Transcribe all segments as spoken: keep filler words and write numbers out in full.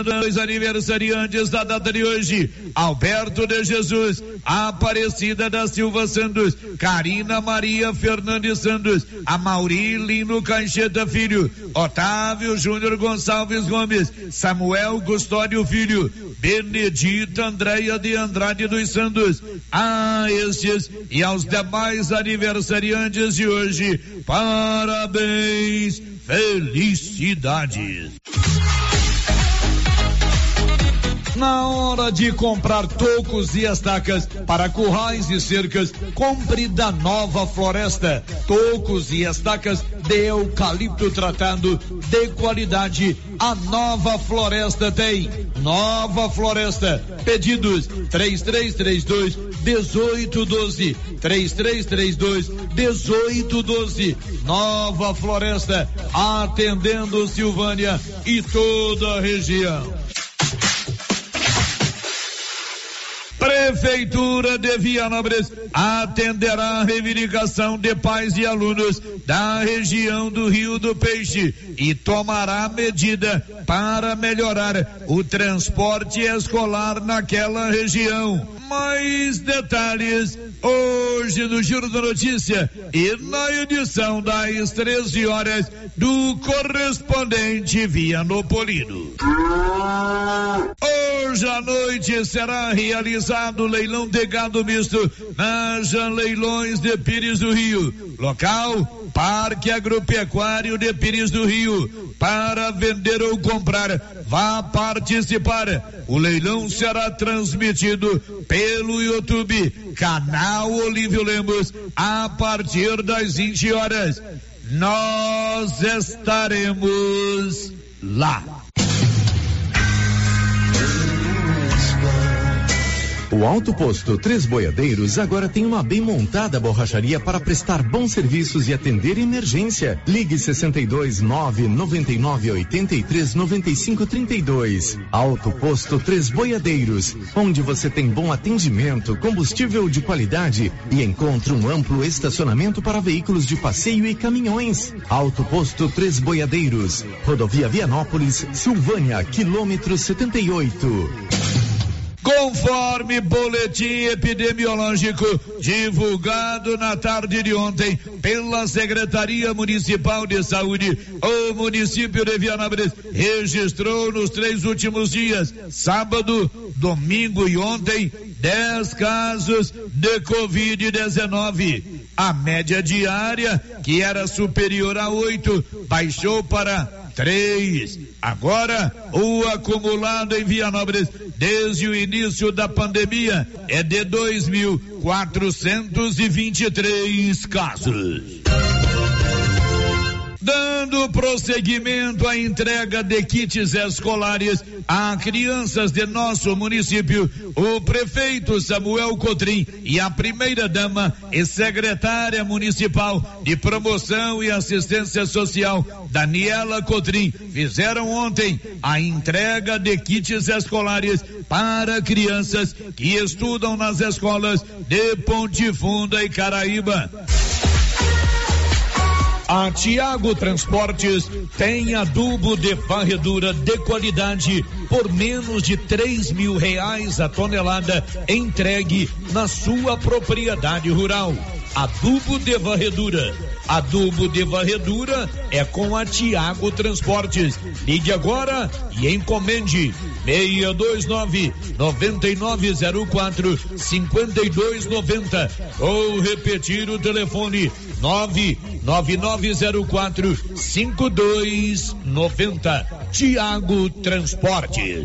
Os aniversariantes da data de hoje: Alberto de Jesus, Aparecida da Silva Santos, Carina Maria Fernandes Santos, Amauri Lino Cancheta Filho, Otávio Júnior Gonçalves Gomes, Samuel Custódio Filho, Benedita Andréia de Andrade dos Santos. A estes e aos demais aniversariantes de hoje, parabéns, felicidades. Na hora de comprar tocos e estacas para currais e cercas, compre da Nova Floresta. Tocos e estacas de eucalipto tratado de qualidade. A Nova Floresta tem. Nova Floresta. Pedidos três três três dois, dezoito doze. três três três dois, dezoito doze. Nova Floresta, atendendo Silvânia e toda a região. Prefeitura de Vianópolis atenderá a reivindicação de pais e alunos da região do Rio do Peixe e tomará medida para melhorar o transporte escolar naquela região. Mais detalhes hoje no Giro da Notícia e na edição das treze horas do correspondente Vianopolino. Hoje à noite será realizado o leilão de gado misto na Jan Leilões de Pires do Rio. Local: Parque Agropecuário de Pires do Rio. Para vender ou comprar, vá participar. O leilão será transmitido pelo YouTube, canal Olívio Lemos, a partir das vinte horas. Nós estaremos lá. O Alto Posto Três Boiadeiros agora tem uma bem montada borracharia para prestar bons serviços e atender emergência. Ligue sessenta e dois, nove noventa e nove, oitenta e três, noventa e cinco, trinta e dois. Alto Posto Três Boiadeiros, onde você tem bom atendimento, combustível de qualidade e encontra um amplo estacionamento para veículos de passeio e caminhões. Alto Posto Três Boiadeiros, Rodovia Vianópolis, Silvânia, quilômetro setenta e oito. Conforme boletim epidemiológico divulgado na tarde de ontem pela Secretaria Municipal de Saúde, o município de Vianópolis registrou nos três últimos dias, sábado, domingo e ontem, dez casos de covid dezenove. A média diária, que era superior a oito, baixou para três. Agora, o acumulado em Vianópolis desde o início da pandemia é de dois mil quatrocentos e vinte e três casos. Dando prosseguimento à entrega de kits escolares a crianças de nosso município, o prefeito Samuel Cotrim e a primeira-dama e secretária municipal de promoção e assistência social, Daniela Cotrim, fizeram ontem a entrega de kits escolares para crianças que estudam nas escolas de Ponte Funda e Caraíba. A Tiago Transportes tem adubo de varredura de qualidade por menos de três mil reais a tonelada, entregue na sua propriedade rural. Adubo de varredura. Adubo de varredura é com a Tiago Transportes. Ligue agora e encomende seis dois nove, nove nove zero quatro, cinco dois nove zero ou repetir o telefone nove nove nove zero quatro, cinco dois nove zero. Tiago Transportes.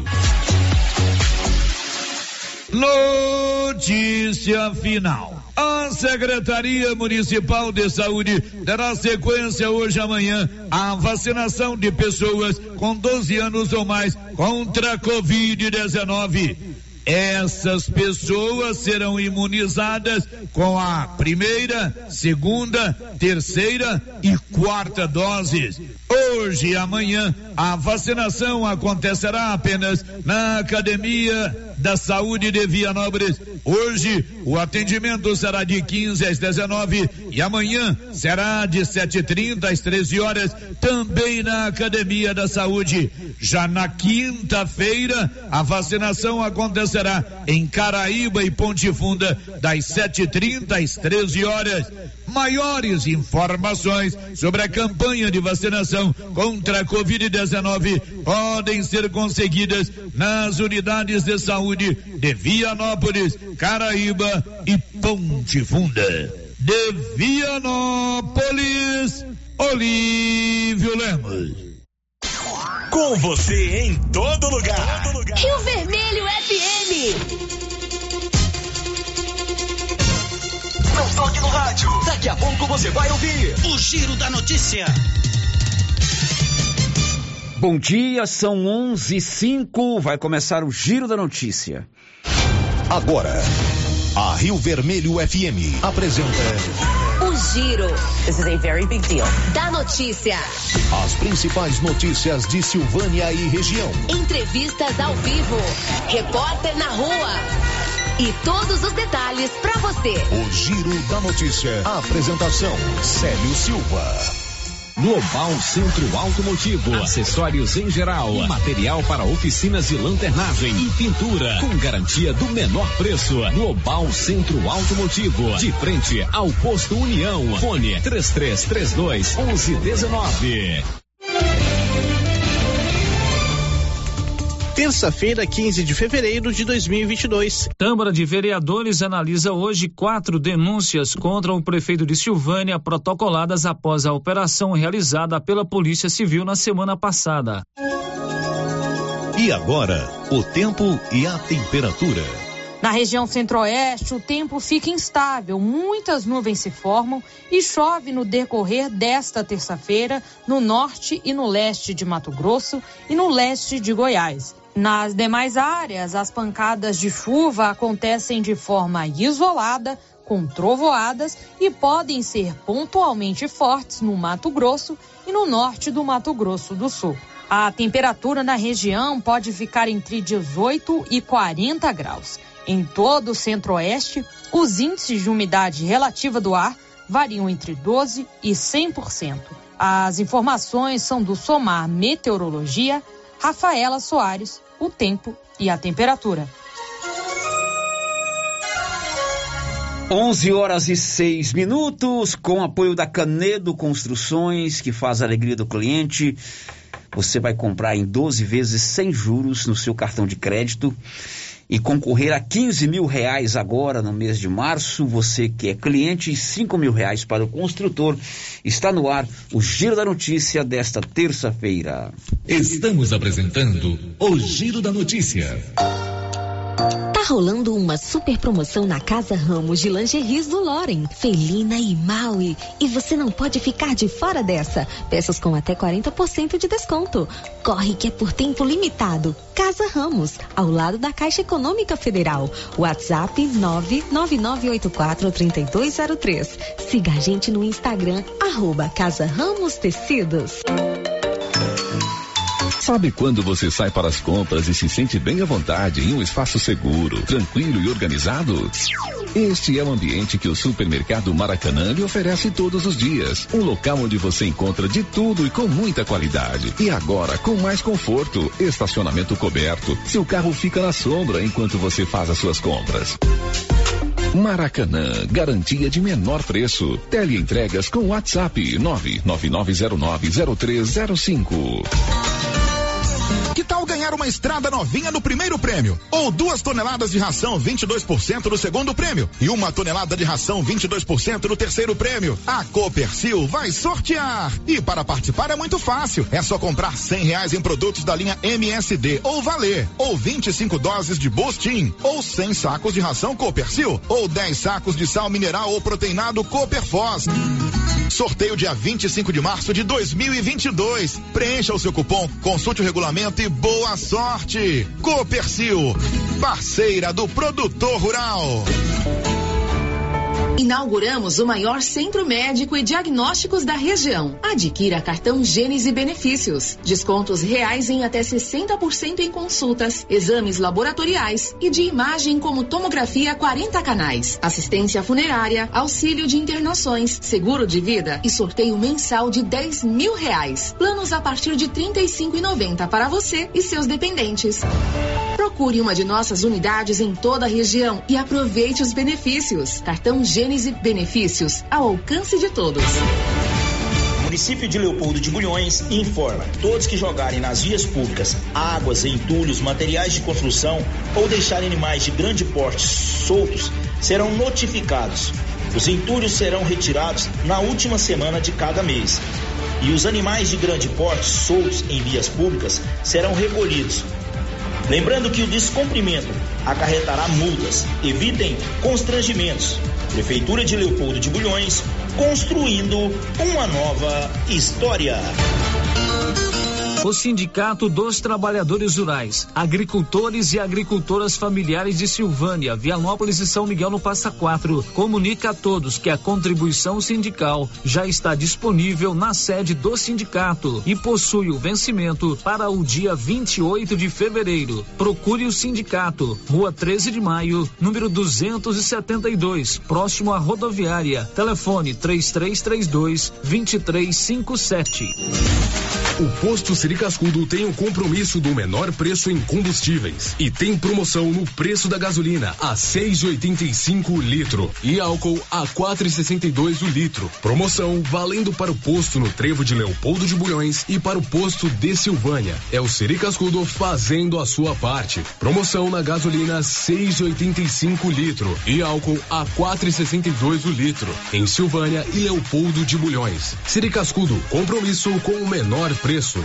Notícia final. A Secretaria Municipal de Saúde dará sequência hoje amanhã à vacinação de pessoas com doze anos ou mais contra a covid dezenove. Essas pessoas serão imunizadas com a primeira, segunda, terceira e quarta doses. Hoje e amanhã, a vacinação acontecerá apenas na Academia da Saúde de Vianópolis. Hoje o atendimento será de quinze às dezenove e amanhã será de sete e trinta às treze horas, também na Academia da Saúde. Já na quinta-feira, a vacinação acontecerá em Caraíba e Ponte Funda, das sete e trinta às treze horas. Maiores informações sobre a campanha de vacinação contra a covid dezenove podem ser conseguidas nas unidades de saúde de Vianópolis, Caraíba e Ponte Funda. De Vianópolis, Olívio Lemos. Com você em todo lugar. Todo lugar. Rio Vermelho F M. Não toque no rádio. Daqui a pouco você vai ouvir o Giro da Notícia. Bom dia, são onze e cinco. Vai começar o Giro da Notícia. Agora, a Rio Vermelho F M apresenta o Giro. This is a very big deal. Da notícia. As principais notícias de Silvânia e região. Entrevistas ao vivo. Repórter na rua. E todos os detalhes para você. O Giro da Notícia. A apresentação: Célio Silva. Global Centro Automotivo, acessórios em geral, material para oficinas de lanternagem e pintura, com garantia do menor preço. Global Centro Automotivo, de frente ao Posto União. Fone três três três dois, onze dezenove. Terça-feira, quinze de fevereiro de dois mil e vinte e dois. Câmara de Vereadores analisa hoje quatro denúncias contra o prefeito de Silvânia, protocoladas após a operação realizada pela Polícia Civil na semana passada. E agora, o tempo e a temperatura. Na região centro-oeste, o tempo fica instável, muitas nuvens se formam e chove no decorrer desta terça-feira no norte e no leste de Mato Grosso e no leste de Goiás. Nas demais áreas, as pancadas de chuva acontecem de forma isolada, com trovoadas e podem ser pontualmente fortes no Mato Grosso e no norte do Mato Grosso do Sul. A temperatura na região pode ficar entre dezoito e quarenta graus. Em todo o centro-oeste, os índices de umidade relativa do ar variam entre doze e cem por cento. As informações são do Somar Meteorologia. Rafaela Soares, o tempo e a temperatura. onze horas e seis minutos, com apoio da Canedo Construções, que faz a alegria do cliente. Você vai comprar em doze vezes sem juros no seu cartão de crédito e concorrer a quinze mil reais agora no mês de março. Você que é cliente, e cinco mil reais para o construtor. Está no ar o Giro da Notícia desta terça-feira. Estamos apresentando o Giro da Notícia. Tá rolando uma super promoção na Casa Ramos de Lingeries do Loren, Felina e Maui. E você não pode ficar de fora dessa. Peças com até quarenta por cento de desconto. Corre que é por tempo limitado. Casa Ramos, ao lado da Caixa Econômica Federal. WhatsApp nove nove nove oito quatro três dois zero três. Siga a gente no Instagram, arroba Casa Ramos Tecidos. Sabe quando você sai para as compras e se sente bem à vontade em um espaço seguro, tranquilo e organizado? Este é o ambiente que o Supermercado Maracanã lhe oferece todos os dias. Um local onde você encontra de tudo e com muita qualidade. E agora com mais conforto, estacionamento coberto. Seu carro fica na sombra enquanto você faz as suas compras. Maracanã, garantia de menor preço. Teleentregas com WhatsApp nove nove nove zero nove zero três zero cinco. Que tal ganhar uma estrada novinha no primeiro prêmio? Ou duas toneladas de ração vinte e dois por cento no segundo prêmio? E uma tonelada de ração vinte e dois por cento no terceiro prêmio? A Copercil vai sortear! E para participar é muito fácil. É só comprar cem reais em produtos da linha M S D ou Valer. Ou vinte e cinco doses de Bostin. Ou cem sacos de ração Copercil. Ou dez sacos de sal mineral ou proteinado Coperfós. Sorteio dia vinte e cinco de março de dois mil e vinte e dois. Preencha o seu cupom, consulte o regulamento e boa sorte. Copercil, parceira do produtor rural. Inauguramos o maior centro médico e diagnósticos da região. Adquira cartão Gênese Benefícios. Descontos reais em até sessenta por cento em consultas, exames laboratoriais e de imagem como tomografia quarenta canais, assistência funerária, auxílio de internações, seguro de vida e sorteio mensal de dez mil reais. Planos a partir de trinta e cinco reais e noventa centavos para você e seus dependentes. Procure uma de nossas unidades em toda a região e aproveite os benefícios. Cartão Gênese Benefícios, ao alcance de todos. O município de Leopoldo de Bulhões informa: todos que jogarem nas vias públicas águas, entulhos, materiais de construção ou deixarem animais de grande porte soltos serão notificados. Os entulhos serão retirados na última semana de cada mês. E os animais de grande porte soltos em vias públicas serão recolhidos. Lembrando que o descumprimento acarretará multas. Evitem constrangimentos. Prefeitura de Leopoldo de Bulhões, construindo uma nova história. O Sindicato dos Trabalhadores Rurais, Agricultores e Agricultoras Familiares de Silvânia, Vianópolis e São Miguel no Passa Quatro, comunica a todos que a contribuição sindical já está disponível na sede do sindicato e possui o vencimento para o dia vinte e oito de fevereiro. Procure o sindicato, Rua treze de maio, número duzentos e setenta e dois, próximo à rodoviária. Telefone três três três dois, dois três cinco sete. O Posto Siri Cascudo tem o compromisso do menor preço em combustíveis e tem promoção no preço da gasolina a seis e oitenta e cinco o litro e álcool a quatro e sessenta e dois o litro. Promoção valendo para o posto no Trevo de Leopoldo de Bulhões e para o posto de Silvânia. É o Siri Cascudo fazendo a sua parte. Promoção na gasolina seis e oitenta e cinco o litro e álcool a quatro e sessenta e dois o litro em Silvânia e Leopoldo de Bulhões. Siri Cascudo, compromisso com o menor preço.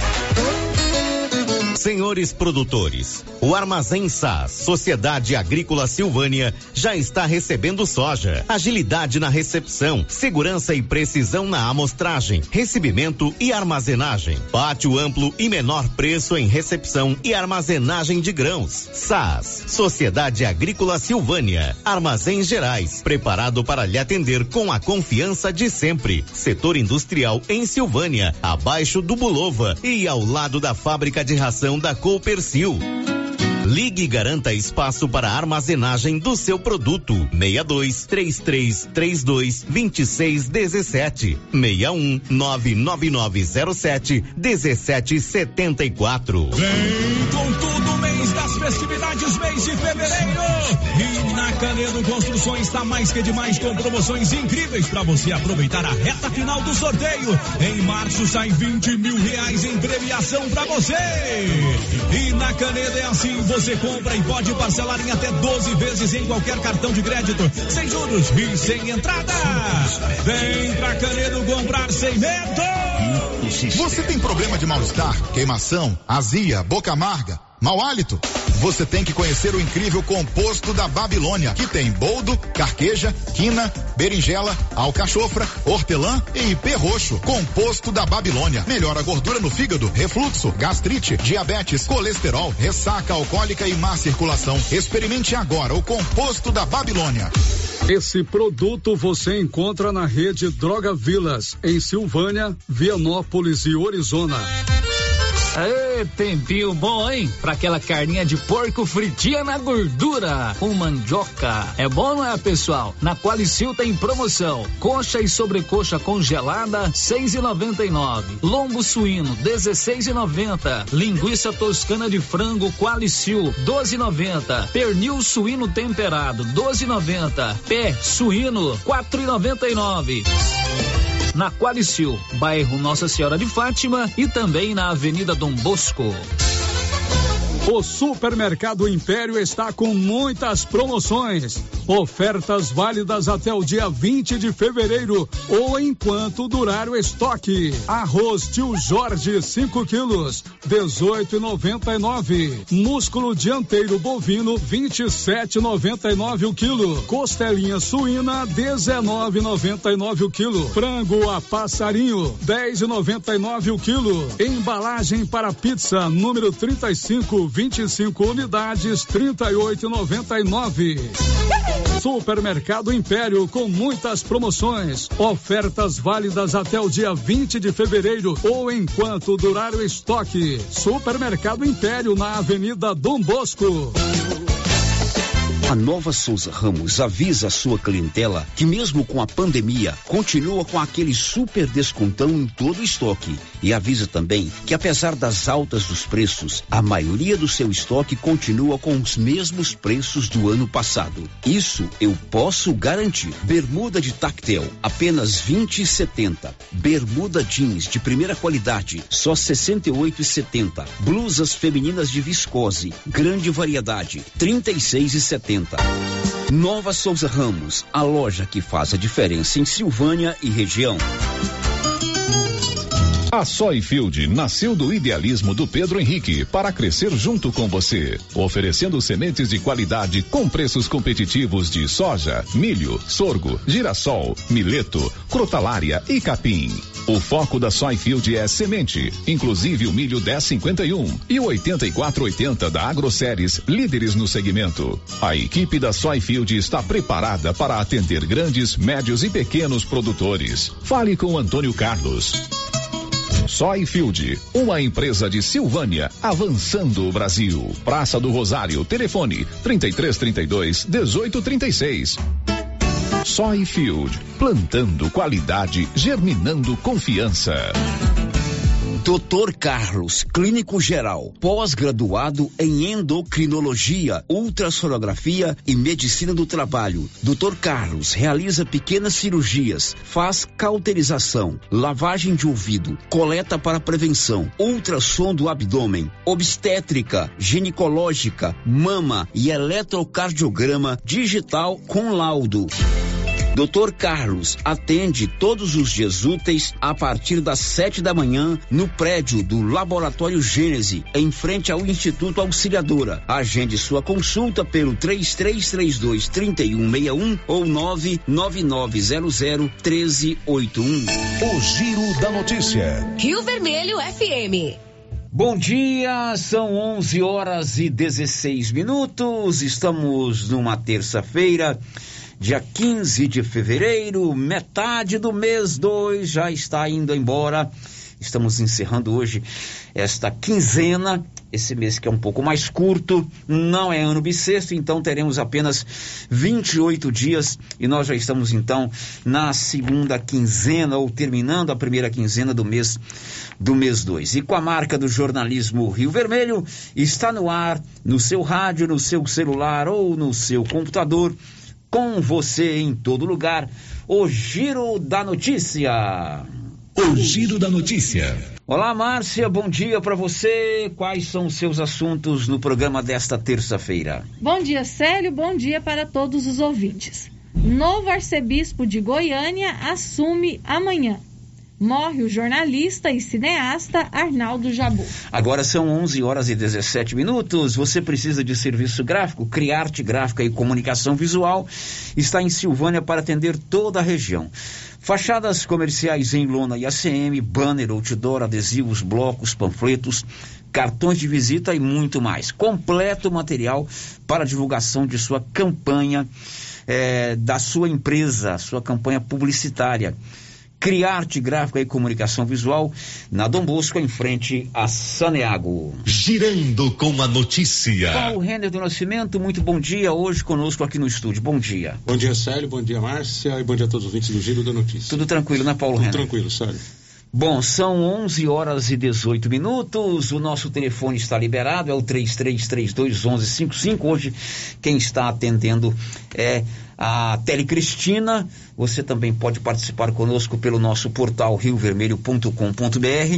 Senhores produtores, o Armazém S A S, Sociedade Agrícola Silvânia, já está recebendo soja. Agilidade na recepção, segurança e precisão na amostragem, recebimento e armazenagem. Pátio amplo e menor preço em recepção e armazenagem de grãos. S A S, Sociedade Agrícola Silvânia, Armazéns Gerais, preparado para lhe atender com a confiança de sempre. Setor industrial em Silvânia, abaixo do Bulova e ao lado da fábrica de ração da Copercil. Ligue e garanta espaço para armazenagem do seu produto. seis dois três três três dois dois seis um sete, seis um nove nove nove zero sete um sete sete quatro. Vem com tudo, mês das festividades, mês de fevereiro. E na Canedo Construções está mais que demais, com promoções incríveis para você aproveitar a reta final do sorteio. Em março sai vinte mil reais em premiação para você. E na Canedo é assim, você compra e pode parcelar em até doze vezes em qualquer cartão de crédito, sem juros e sem entrada. Vem pra Canedo comprar sem medo. Você tem problema de mal-estar, queimação, azia, boca amarga, mau hálito? Você tem que conhecer o incrível composto da Babilônia, que tem boldo, carqueja, quina, berinjela, alcachofra, hortelã e ipê roxo. Composto da Babilônia. Melhora a gordura no fígado, refluxo, gastrite, diabetes, colesterol, ressaca alcoólica e má circulação. Experimente agora o composto da Babilônia. Esse produto você encontra na rede Droga Vilas, em Silvânia, Vianópolis e Orizona. Ê, tempinho bom, hein? Pra aquela carninha de porco fritinha na gordura, com mandioca. É bom, não é, pessoal? Na Qualicil tem promoção. Coxa e sobrecoxa congelada, seis e noventa e nove. Lombo suíno, dezesseis e noventa. Linguiça toscana de frango Qualicil, doze e noventa. Pernil suíno temperado, doze e noventa. Pé suíno, quatro e noventa e nove. Na Qualicil, bairro Nossa Senhora de Fátima e também na Avenida Dom Bosco. O Supermercado Império está com muitas promoções. Ofertas válidas até o dia vinte de fevereiro ou enquanto durar o estoque. Arroz Tio Jorge cinco quilos, dezoito e noventa e nove. Músculo dianteiro bovino vinte e sete e noventa e nove o quilo. Costelinha suína dezenove e noventa e nove o quilo. Frango a passarinho dez e noventa e nove o quilo. Embalagem para pizza número trinta e cinco, vinte e cinco unidades, trinta e oito e noventa e nove. Supermercado Império, com muitas promoções, ofertas válidas até o dia vinte de fevereiro ou enquanto durar o estoque. Supermercado Império, na Avenida Dom Bosco. A Nova Souza Ramos avisa a sua clientela que mesmo com a pandemia, continua com aquele super descontão em todo o estoque. E avisa também que apesar das altas dos preços, a maioria do seu estoque continua com os mesmos preços do ano passado. Isso eu posso garantir. Bermuda de tactel, apenas vinte e setenta. Bermuda jeans de primeira qualidade, só sessenta e oito e setenta. Blusas femininas de viscose, grande variedade, trinta e seis e setenta. Nova Souza Ramos, a loja que faz a diferença em Silvânia e região. A Soyfield nasceu do idealismo do Pedro Henrique para crescer junto com você, oferecendo sementes de qualidade com preços competitivos de soja, milho, sorgo, girassol, mileto, crotalária e capim. O foco da Soyfield é semente, inclusive o milho dez cinquenta e um e o oitenta e quatro oitenta da AgroSéries, líderes no segmento. A equipe da Soyfield está preparada para atender grandes, médios e pequenos produtores. Fale com Antônio Carlos. Soyfield, uma empresa de Silvânia, avançando o Brasil. Praça do Rosário, telefone trinta e três, trinta e dois, dezoito, trinta e seis. Soyfield, plantando qualidade, germinando confiança. doutor Carlos, clínico geral, pós-graduado em endocrinologia, ultrassonografia e medicina do trabalho. doutor Carlos realiza pequenas cirurgias, faz cauterização, lavagem de ouvido, coleta para prevenção, ultrassom do abdômen, obstétrica, ginecológica, mama e eletrocardiograma digital com laudo. doutor Carlos atende todos os dias úteis a partir das sete da manhã no prédio do Laboratório Gênese, em frente ao Instituto Auxiliadora. Agende sua consulta pelo três três três dois, três um seis um ou nove nove nove zero zero, um três oito um. O Giro da Notícia. Rio Vermelho F M. Bom dia, são onze horas e dezesseis minutos. Estamos numa terça-feira, dia quinze de fevereiro, metade do mês dois já está indo embora. Estamos encerrando hoje esta quinzena, esse mês que é um pouco mais curto, não é ano bissexto, então teremos apenas vinte e oito dias e nós já estamos então na segunda quinzena ou terminando a primeira quinzena do mês do mês dois. E com a marca do jornalismo Rio Vermelho, está no ar, no seu rádio, no seu celular ou no seu computador, com você em todo lugar, o Giro da Notícia. O Giro da Notícia. Olá, Márcia, bom dia para você. Quais são os seus assuntos no programa desta terça-feira? Bom dia, Célio, bom dia para todos os ouvintes. Novo arcebispo de Goiânia assume amanhã. Morre o jornalista e cineasta Arnaldo Jabbour. Agora são onze horas e dezessete minutos. Você precisa de serviço gráfico? Criarte Gráfica e Comunicação Visual está em Silvânia para atender toda a região. Fachadas comerciais em lona e A C M, banner, outdoor, adesivos, blocos, panfletos, cartões de visita e muito mais. Completo material para divulgação de sua campanha, eh, da sua empresa, sua campanha publicitária. Criarte Gráfica e Comunicação Visual, na Dom Bosco, em frente a Saneago. Girando com a notícia. Paulo Renner do Nascimento, muito bom dia, hoje conosco aqui no estúdio, bom dia. Bom dia, Célio, bom dia, Márcia, e bom dia a todos os ouvintes do Giro da Notícia. Tudo tranquilo, né, Paulo Renner? Tudo tranquilo, Célio. Bom, são onze horas e dezoito minutos, o nosso telefone está liberado, é o três três três dois, um um cinco cinco. Hoje quem está atendendo é a Tele Cristina. Você também pode participar conosco pelo nosso portal rio vermelho ponto com ponto b r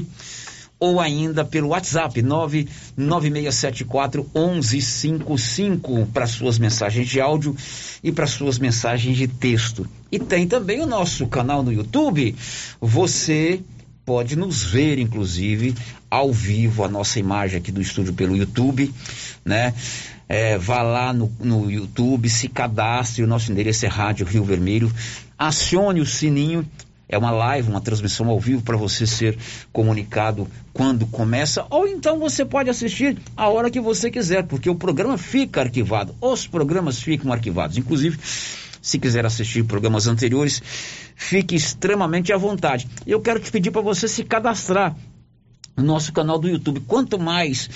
ou ainda pelo WhatsApp nove nove seis sete quatro, um um cinco cinco para suas mensagens de áudio e para suas mensagens de texto. E tem também o nosso canal no YouTube. Você pode nos ver, inclusive, ao vivo, a nossa imagem aqui do estúdio pelo YouTube, né? É, vá lá no, no YouTube, se cadastre, o nosso endereço é Rádio Rio Vermelho, acione o sininho É uma live, uma transmissão ao vivo para você ser comunicado quando começa, ou então você pode assistir a hora que você quiser, porque o programa fica arquivado, os programas ficam arquivados. Inclusive, se quiser assistir programas anteriores, fique extremamente à vontade. Eu quero te pedir para você se cadastrar no nosso canal do YouTube. Quanto mais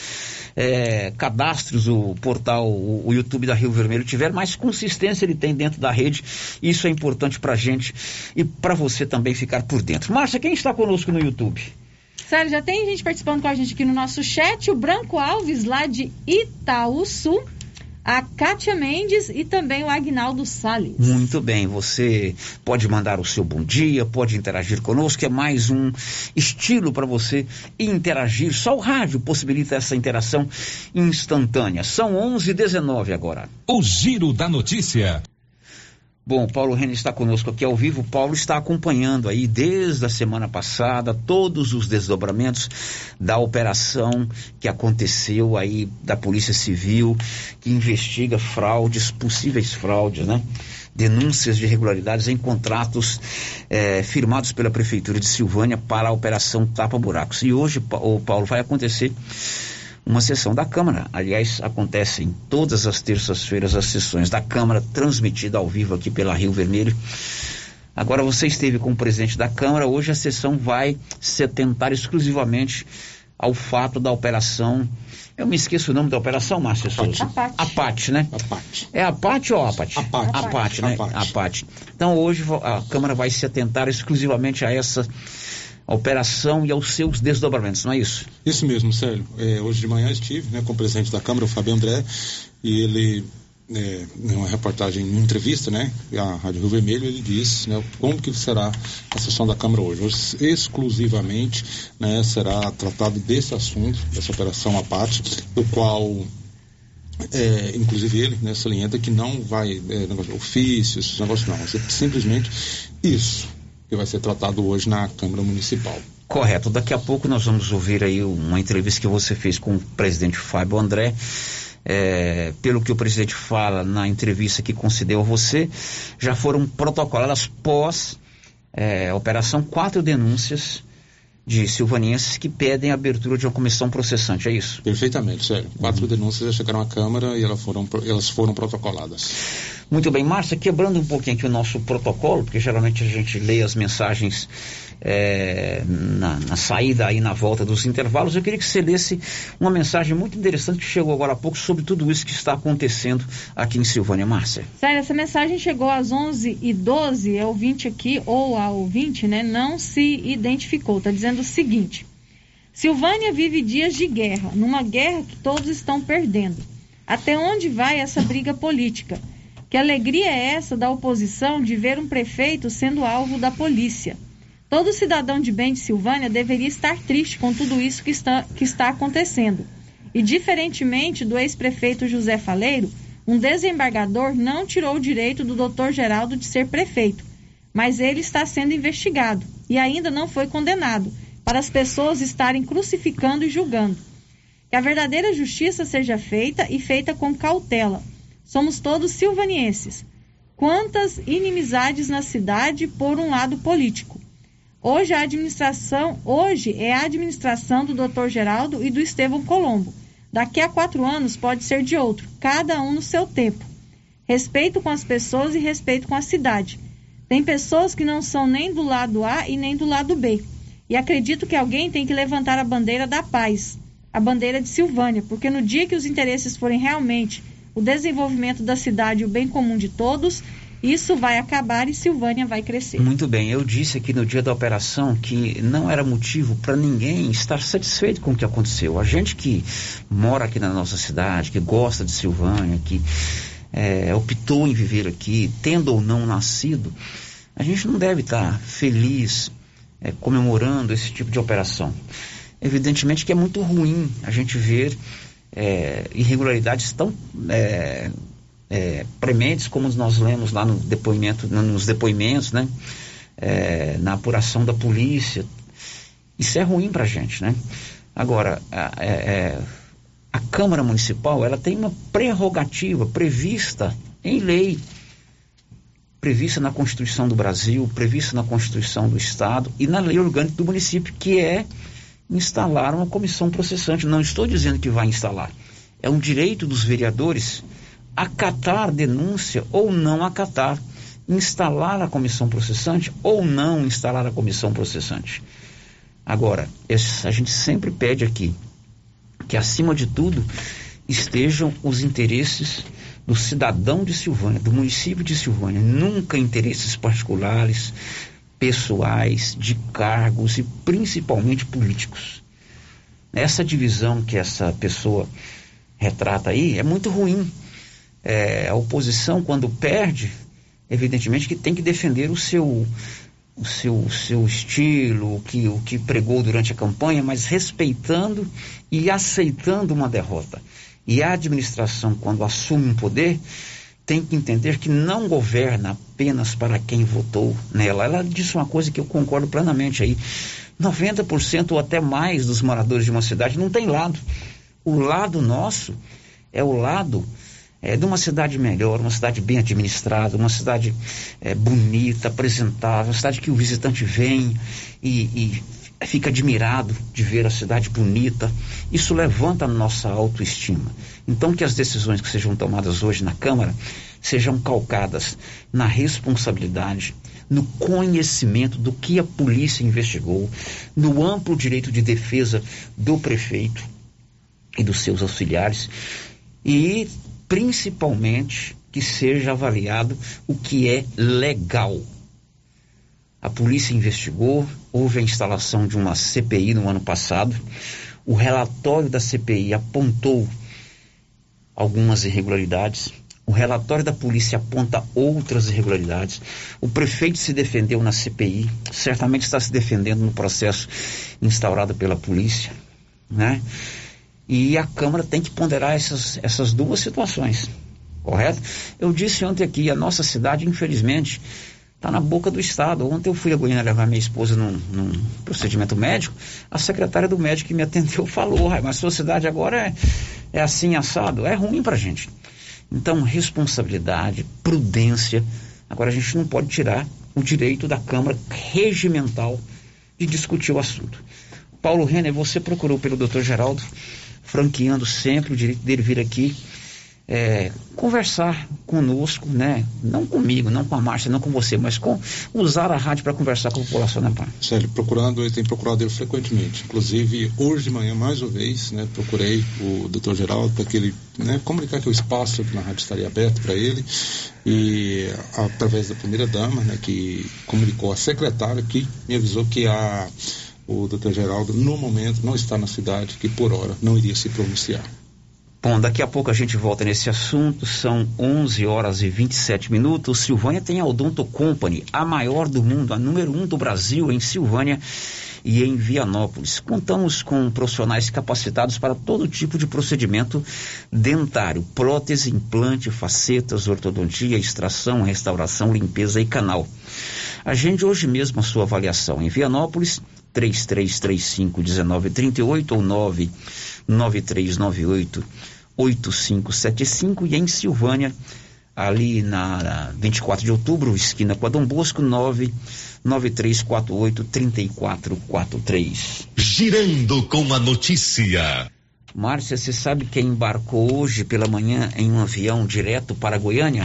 é, cadastros o portal, o, o YouTube da Rio Vermelho tiver, mais consistência ele tem dentro da rede. Isso é importante pra gente e pra você também ficar por dentro. Márcia, quem está conosco no YouTube? Sério, já tem gente participando com a gente aqui no nosso chat. O Branco Alves, lá de Itaúsu, a Kátia Mendes e também o Agnaldo Salles. Muito bem, você pode mandar o seu bom dia, pode interagir conosco, é mais um estilo para você interagir. Só o rádio possibilita essa interação instantânea. São onze e dezenove agora. O Giro da Notícia. Bom, Paulo Renner está conosco aqui ao vivo. Paulo está acompanhando aí desde a semana passada todos os desdobramentos da operação que aconteceu aí da Polícia Civil, que investiga fraudes, possíveis fraudes, né? Denúncias de irregularidades em contratos eh, firmados pela Prefeitura de Silvânia para a Operação Tapa Buracos. E hoje, o Paulo, vai acontecer uma sessão da Câmara. Aliás, acontecem todas as terças-feiras as sessões da Câmara, transmitida ao vivo aqui pela Rio Vermelho. Agora você esteve com o presidente da Câmara, hoje a sessão vai se atentar exclusivamente ao fato da operação. Eu me esqueço o nome da operação, Márcia Souza. Apate. Apate, né? Apate. É Apate ou Apate? Apate. Apate, né? Apate. Apate. Então hoje a Câmara vai se atentar exclusivamente a essa operação e aos seus desdobramentos, não é isso? Isso mesmo, Célio. É, hoje de manhã estive, né, com o presidente da Câmara, o Fábio André, e ele, é, em uma reportagem, em uma entrevista, né, à Rádio Rio Vermelho, ele disse, né, como que será a sessão da Câmara hoje. Hoje, exclusivamente, né, será tratado desse assunto, dessa operação Apate, do qual... É, inclusive ele, né, salienta que não vai, é, negócio, ofício, esses negócios não, vai ser simplesmente isso que vai ser tratado hoje na Câmara Municipal. Correto. Daqui a pouco nós vamos ouvir aí uma entrevista que você fez com o presidente Fábio André. É, pelo que o presidente fala na entrevista que concedeu a você, já foram protocoladas pós é, operação quatro denúncias de silvanienses que pedem a abertura de uma comissão processante, é isso? Perfeitamente, sério. Quatro uhum. denúncias já chegaram à Câmara e elas foram, elas foram protocoladas. Muito bem, Márcia, quebrando um pouquinho aqui o nosso protocolo, porque geralmente a gente lê as mensagens é, na, na saída e na volta dos intervalos, eu queria que você lesse uma mensagem muito interessante que chegou agora há pouco sobre tudo isso que está acontecendo aqui em Silvânia. Márcia. Sério, essa mensagem chegou às onze e doze, é ouvinte aqui, ou a ouvinte, né, não se identificou, está dizendo o seguinte: Silvânia vive dias de guerra, numa guerra que todos estão perdendo. Até onde vai essa briga política? Que alegria é essa da oposição de ver um prefeito sendo alvo da polícia? Todo cidadão de bem de Silvânia deveria estar triste com tudo isso que está, que está acontecendo. E, diferentemente do ex-prefeito José Faleiro, um desembargador não tirou o direito do doutor Geraldo de ser prefeito, mas ele está sendo investigado e ainda não foi condenado, para as pessoas estarem crucificando e julgando. Que a verdadeira justiça seja feita e feita com cautela. Somos todos silvanienses. Quantas inimizades na cidade por um lado político. Hoje a administração, hoje é a administração do doutor Geraldo e do Estevão Colombo. Daqui a quatro anos pode ser de outro, cada um no seu tempo. Respeito com as pessoas e respeito com a cidade. Tem pessoas que não são nem do lado A e nem do lado B. E acredito que alguém tem que levantar a bandeira da paz, a bandeira de Silvânia, porque no dia que os interesses forem realmente o desenvolvimento da cidade e o bem comum de todos, isso vai acabar e Silvânia vai crescer. Muito bem, eu disse aqui no dia da operação que não era motivo para ninguém estar satisfeito com o que aconteceu. A gente que mora aqui na nossa cidade, que gosta de Silvânia, que é, optou em viver aqui, tendo ou não nascido, a gente não deve estar feliz é, comemorando esse tipo de operação. Evidentemente que é muito ruim a gente ver É, irregularidades tão é, é, prementes como nós lemos lá no depoimento, nos depoimentos, né? É, na apuração da polícia. Isso é ruim pra gente, né? Agora, a, é, a Câmara Municipal, ela tem uma prerrogativa prevista em lei prevista na Constituição do Brasil, prevista na Constituição do Estado e na lei orgânica do município, que é instalar uma comissão processante. Não estou dizendo que vai instalar. É um direito dos vereadores acatar denúncia ou não acatar, instalar a comissão processante ou não instalar a comissão processante. Agora, a gente sempre pede aqui que, acima de tudo, estejam os interesses do cidadão de Silvânia, do município de Silvânia, nunca interesses particulares, pessoais, de cargos e principalmente políticos. Essa divisão que essa pessoa retrata aí é muito ruim. É, a oposição, quando perde, evidentemente que tem que defender o seu, o seu, o seu estilo, o que, o que pregou durante a campanha, mas respeitando e aceitando uma derrota. E a administração, quando assume um poder, tem que entender que não governa apenas para quem votou nela. Ela disse uma coisa que eu concordo plenamente aí. noventa por cento ou até mais dos moradores de uma cidade não tem lado. O lado nosso é o lado é, de uma cidade melhor, uma cidade bem administrada, uma cidade é, bonita, apresentável, uma cidade que o visitante vem e, e fica admirado de ver a cidade bonita. Isso levanta a nossa autoestima. Então, que as decisões que sejam tomadas hoje na Câmara sejam calcadas na responsabilidade, no conhecimento do que a polícia investigou, no amplo direito de defesa do prefeito e dos seus auxiliares, e principalmente que seja avaliado o que é legal. A polícia investigou, houve a instalação de uma C P I no ano passado, o relatório da C P I apontou algumas irregularidades, o relatório da polícia aponta outras irregularidades, o prefeito se defendeu na C P I, certamente está se defendendo no processo instaurado pela polícia, né? E a Câmara tem que ponderar essas, essas duas situações, correto? Eu disse ontem aqui, a nossa cidade, infelizmente, está na boca do Estado. Ontem eu fui a Goiânia levar minha esposa num, num procedimento médico, a secretária do médico que me atendeu falou, mas a sua cidade agora é, é assim assado, é ruim pra gente. Então, responsabilidade, prudência. Agora, a gente não pode tirar o direito da Câmara regimental de discutir o assunto. Paulo Renner, você procurou pelo doutor Geraldo, franqueando sempre o direito dele vir aqui é, conversar conosco, né? Não comigo, não com a Márcia, não com você, mas com usar a rádio para conversar com a população, né, pai? Sério, procurando, ele tem procurado ele frequentemente. Inclusive, hoje de manhã, mais uma vez, né, procurei o doutor Geraldo para que ele, né, comunicar que o espaço aqui na rádio estaria aberto para ele, e através da primeira dama, né, que comunicou a secretária, que me avisou que a o doutor Geraldo, no momento, não está na cidade, que por hora não iria se pronunciar. Bom, daqui a pouco a gente volta nesse assunto, são onze horas e vinte e sete minutos. Silvânia tem a Odonto Company, a maior do mundo, a número um do Brasil, em Silvânia e em Vianópolis. Contamos com profissionais capacitados para todo tipo de procedimento dentário, prótese, implante, facetas, ortodontia, extração, restauração, limpeza e canal. Agende hoje mesmo a sua avaliação em Vianópolis, três três três cinco, um nove três oito ou nove nove três nove oito, oito cinco sete cinco, e em Silvânia, ali na, na vinte e quatro de outubro, esquina com a Dom Bosco, nove nove três quatro oito, três quatro quatro três. Girando com a notícia. Márcia, você sabe quem embarcou hoje pela manhã em um avião direto para Goiânia?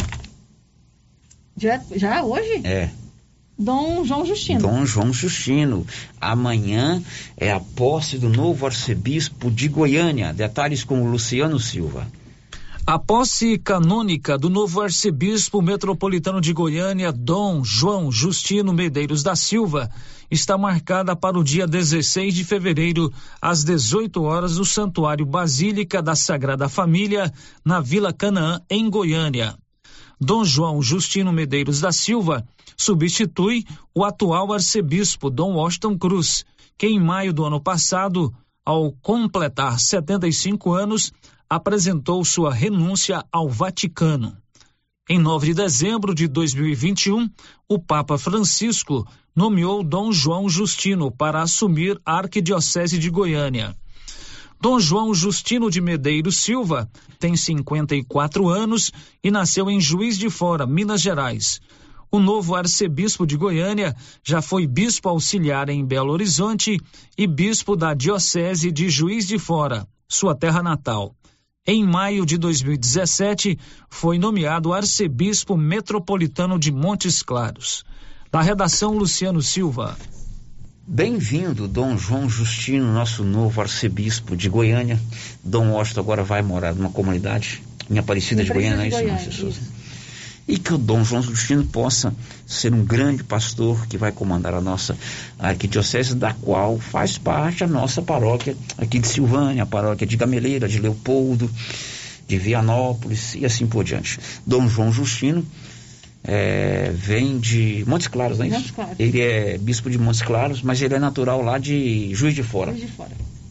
Direto, já hoje? É. Dom João Justino. Dom João Justino. Amanhã é a posse do novo arcebispo de Goiânia. Detalhes com o Luciano Silva. A posse canônica do novo arcebispo metropolitano de Goiânia, Dom João Justino Medeiros da Silva, está marcada para o dia dezesseis de fevereiro, às dezoito horas, no Santuário Basílica da Sagrada Família, na Vila Canaã, em Goiânia. Dom João Justino Medeiros da Silva substitui o atual arcebispo Dom Washington Cruz, que em maio do ano passado, ao completar setenta e cinco anos, apresentou sua renúncia ao Vaticano. Em nove de dezembro de dois mil e vinte e um, o Papa Francisco nomeou Dom João Justino para assumir a Arquidiocese de Goiânia. Dom João Justino de Medeiros Silva tem cinquenta e quatro anos e nasceu em Juiz de Fora, Minas Gerais. O novo arcebispo de Goiânia já foi bispo auxiliar em Belo Horizonte e bispo da Diocese de Juiz de Fora, sua terra natal. Em maio de dois mil e dezessete, foi nomeado arcebispo metropolitano de Montes Claros. Da redação, Luciano Silva. Bem-vindo, Dom João Justino, nosso novo arcebispo de Goiânia. Dom Washington agora vai morar numa comunidade em Aparecida de Goiânia, é isso, Goiânia, isso. E que o Dom João Justino possa ser um grande pastor que vai comandar a nossa arquidiocese, da qual faz parte a nossa paróquia aqui de Silvânia, a paróquia de Gameleira, de Leopoldo, de Vianópolis e assim por diante. Dom João Justino é, vem de Montes Claros, não é isso? Montes Claros. Ele é bispo de Montes Claros, mas ele é natural lá de Juiz de Fora. Juiz de Fora.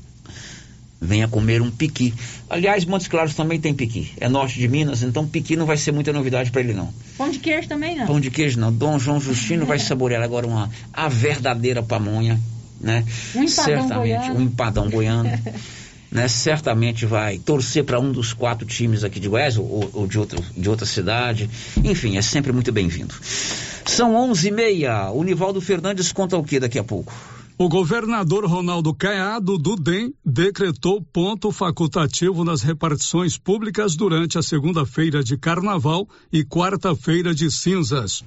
Venha comer um piqui. Aliás, Montes Claros também tem piqui. É norte de Minas, então piqui não vai ser muita novidade para ele, não. Pão de queijo também não. Pão de queijo não. Dom João Justino vai saborear agora uma, a verdadeira pamonha, né? Um empadão certamente, goiano. Um empadão goiano. Né? Certamente vai torcer para um dos quatro times aqui de Goiás ou, ou de, outro, de outra cidade. Enfim, é sempre muito bem-vindo. São onze e meia. O Nivaldo Fernandes conta o que daqui a pouco? O governador Ronaldo Caiado, do D E M, decretou ponto facultativo nas repartições públicas durante a segunda-feira de Carnaval e quarta-feira de Cinzas.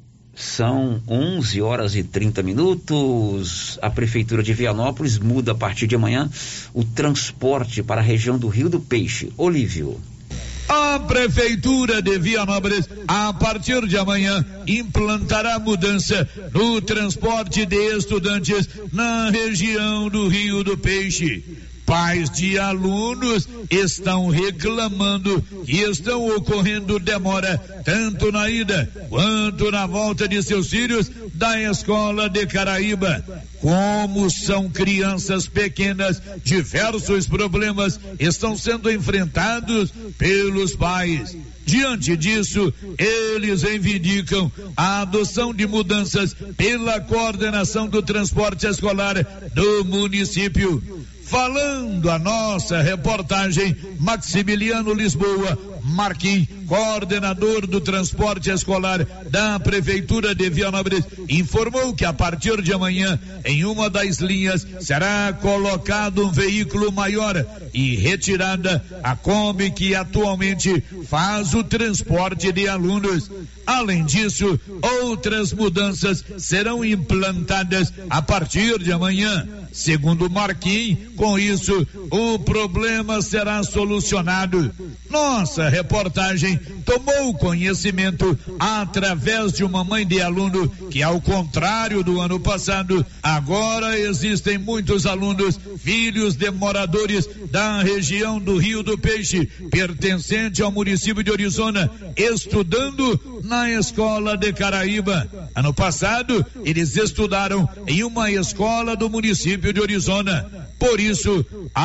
São onze horas e trinta minutos. A Prefeitura de Vianópolis muda a partir de amanhã o transporte para a região do Rio do Peixe. Olívio. A Prefeitura de Vianópolis, a partir de amanhã, implantará mudança no transporte de estudantes na região do Rio do Peixe. Pais de alunos estão reclamando que estão ocorrendo demora tanto na ida quanto na volta de seus filhos da escola de Caraíba. Como são crianças pequenas, diversos problemas estão sendo enfrentados pelos pais. Diante disso, eles reivindicam a adoção de mudanças pela coordenação do transporte escolar do município. Falando a nossa reportagem, Maximiliano Lisboa Marquim, coordenador do transporte escolar da Prefeitura de Vianópolis, informou que a partir de amanhã, em uma das linhas, será colocado um veículo maior e retirada a Kombi que atualmente faz o transporte de alunos. Além disso, outras mudanças serão implantadas a partir de amanhã. Segundo Marquinhos, com isso, o problema será solucionado. Nossa reportagem tomou conhecimento através de uma mãe de aluno que, ao contrário do ano passado, agora existem muitos alunos, filhos de moradores da região do Rio do Peixe, pertencente ao município de Orizona, estudando na escola de Caraíba. Ano passado, eles estudaram em uma escola do município de Orizona. Por isso,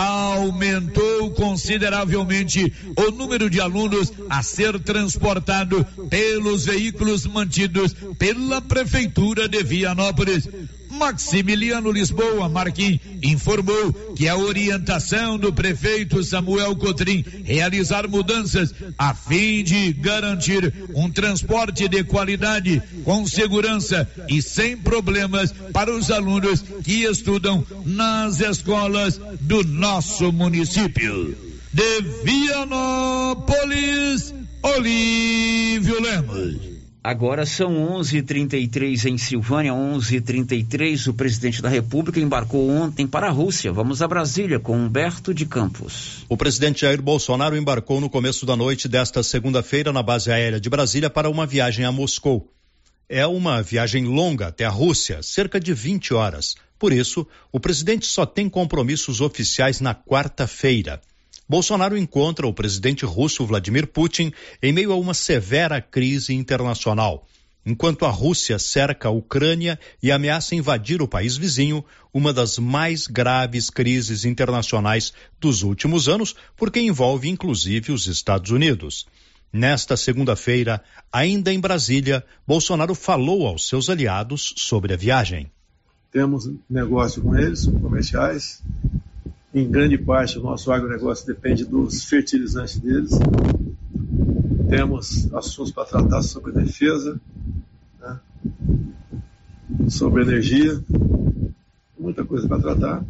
aumentou consideravelmente o número de alunos a ser transportado pelos veículos mantidos pela Prefeitura de Vianópolis. Maximiliano Lisboa Marquim informou que a orientação do prefeito Samuel Cotrim realizar mudanças a fim de garantir um transporte de qualidade, com segurança e sem problemas para os alunos que estudam nas escolas do nosso município. De Vianópolis, Olívio Lemos. Agora são onze e trinta e três em Silvânia, onze e trinta e três. O presidente da República embarcou ontem para a Rússia. Vamos a Brasília com Humberto de Campos. O presidente Jair Bolsonaro embarcou no começo da noite desta segunda-feira na base aérea de Brasília para uma viagem a Moscou. É uma viagem longa até a Rússia, cerca de vinte horas. Por isso, o presidente só tem compromissos oficiais na quarta-feira. Bolsonaro encontra o presidente russo Vladimir Putin em meio a uma severa crise internacional. Enquanto a Rússia cerca a Ucrânia e ameaça invadir o país vizinho, uma das mais graves crises internacionais dos últimos anos, porque envolve inclusive os Estados Unidos. Nesta segunda-feira, ainda em Brasília, Bolsonaro falou aos seus aliados sobre a viagem. Temos negócio com eles, comerciais. Em grande parte, o nosso agronegócio depende dos fertilizantes deles. Temos assuntos para tratar sobre defesa, né? sobre energia, muita coisa para tratar.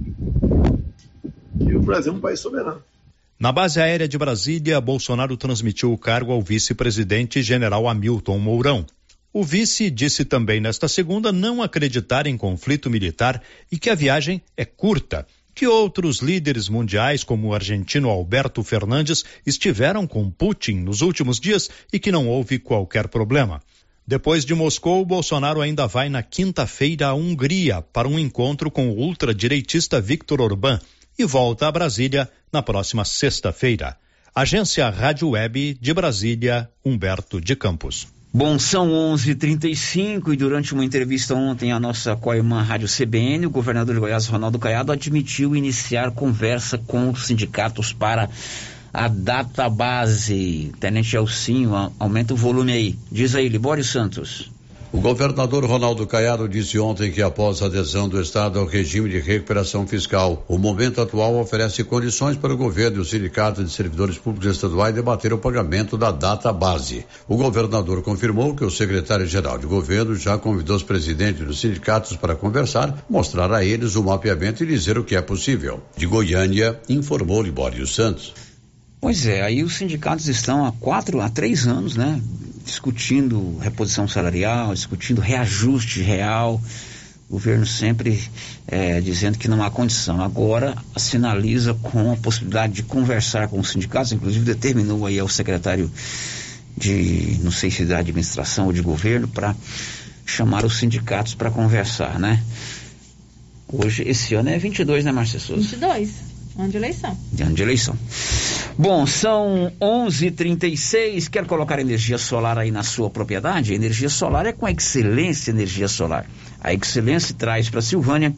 E o Brasil é um país soberano. Na base aérea de Brasília, Bolsonaro transmitiu o cargo ao vice-presidente general Hamilton Mourão. O vice disse também nesta segunda não acreditar em conflito militar e que a viagem é curta, que outros líderes mundiais, como o argentino Alberto Fernandes, estiveram com Putin nos últimos dias e que não houve qualquer problema. Depois de Moscou, Bolsonaro ainda vai na quinta-feira à Hungria para um encontro com o ultradireitista Viktor Orbán e volta a Brasília na próxima sexta-feira. Agência Rádio Web de Brasília, Humberto de Campos. Bom, são onze e trinta e cinco e durante uma entrevista ontem à nossa coirmã Rádio C B N, o governador de Goiás, Ronaldo Caiado, admitiu iniciar conversa com os sindicatos para a database. Tenente Elcinho, aumenta o volume aí. Diz aí, Libório Santos. O governador Ronaldo Caiado disse ontem que após a adesão do Estado ao regime de recuperação fiscal, o momento atual oferece condições para o governo e os sindicatos de servidores públicos estaduais debater o pagamento da data base. O governador confirmou que o secretário-geral de governo já convidou os presidentes dos sindicatos para conversar, mostrar a eles o mapeamento e dizer o que é possível. De Goiânia, informou Libório Santos. Pois é, aí os sindicatos estão há quatro, há três anos, né? Discutindo reposição salarial, discutindo reajuste real, o governo sempre é, dizendo que não há condição. Agora sinaliza com a possibilidade de conversar com os sindicatos, inclusive determinou aí ao secretário de, não sei se da administração ou de governo, para chamar os sindicatos para conversar, né? Hoje, esse ano é vinte e dois, né, Márcia Souza? vinte e dois, ano de eleição. Ano de eleição. Bom, são onze e trinta e seis. Quer colocar energia solar aí na sua propriedade? Energia solar é com a Excelência Energia Solar. A Excelência traz para Silvânia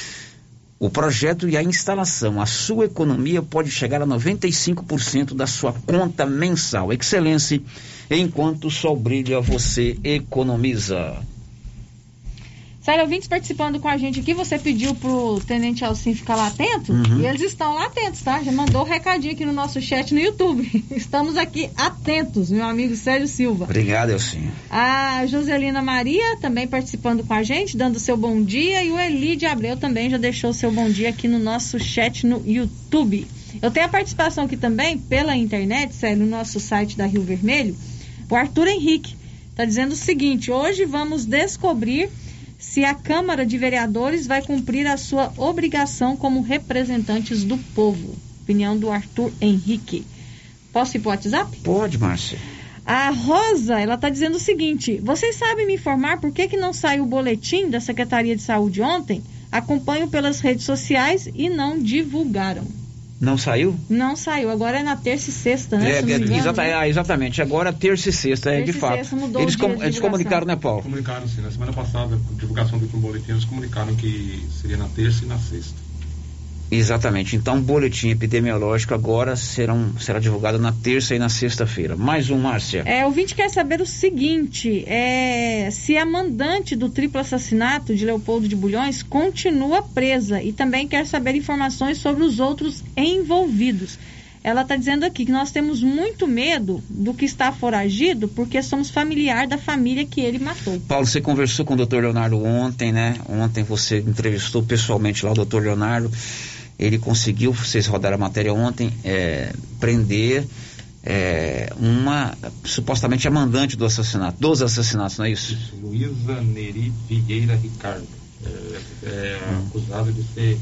o projeto e a instalação. A sua economia pode chegar a noventa e cinco por cento da sua conta mensal. Excelência, enquanto o sol brilha, você economiza. Sério, ouvintes participando com a gente aqui, você pediu pro Tenente Alcim ficar lá atento, uhum. E eles estão lá atentos, tá? Já mandou um recadinho aqui no nosso chat no YouTube. Estamos aqui atentos, meu amigo Sérgio Silva. Obrigado, Elcinho. A Joselina Maria também participando com a gente, dando seu bom dia, e o Eli de Abreu também já deixou seu bom dia aqui no nosso chat no YouTube. Eu tenho a participação aqui também pela internet, Sérgio, no nosso site da Rio Vermelho. O Arthur Henrique está dizendo o seguinte: hoje vamos descobrir se a Câmara de Vereadores vai cumprir a sua obrigação como representantes do povo. Opinião do Arthur Henrique. Posso ir para o WhatsApp? Pode, Márcia. A Rosa, ela está dizendo o seguinte: vocês sabem me informar por que, que não saiu o boletim da Secretaria de Saúde ontem? Acompanho pelas redes sociais e não divulgaram. Não saiu? Não saiu, agora é na terça e sexta, né? É, é, engano, exata, né? É, exatamente, agora terça e sexta, terça é de fato. Sexta mudou eles, com, eles comunicaram, né, Paulo? Comunicaram, sim. Na semana passada, a divulgação do último boletim, eles comunicaram que seria na terça e na sexta. Exatamente, então o boletim epidemiológico agora serão, será divulgado na terça e na sexta-feira. Mais um, Márcia. É, o ouvinte quer saber o seguinte, é, se a mandante do triplo assassinato de Leopoldo de Bulhões continua presa, e também quer saber informações sobre os outros envolvidos. Ela está dizendo aqui que nós temos muito medo do que está foragido, porque somos familiar da família que ele matou. Paulo, você conversou com o doutor Leonardo ontem, né? Ontem você entrevistou pessoalmente lá o doutor Leonardo. Ele conseguiu, vocês rodaram a matéria ontem, é, prender é, uma, supostamente, a mandante do assassinato, dos assassinatos, não é isso? Isso, Luísa Neri Vieira Ricardo. É, é hum. acusada de ser...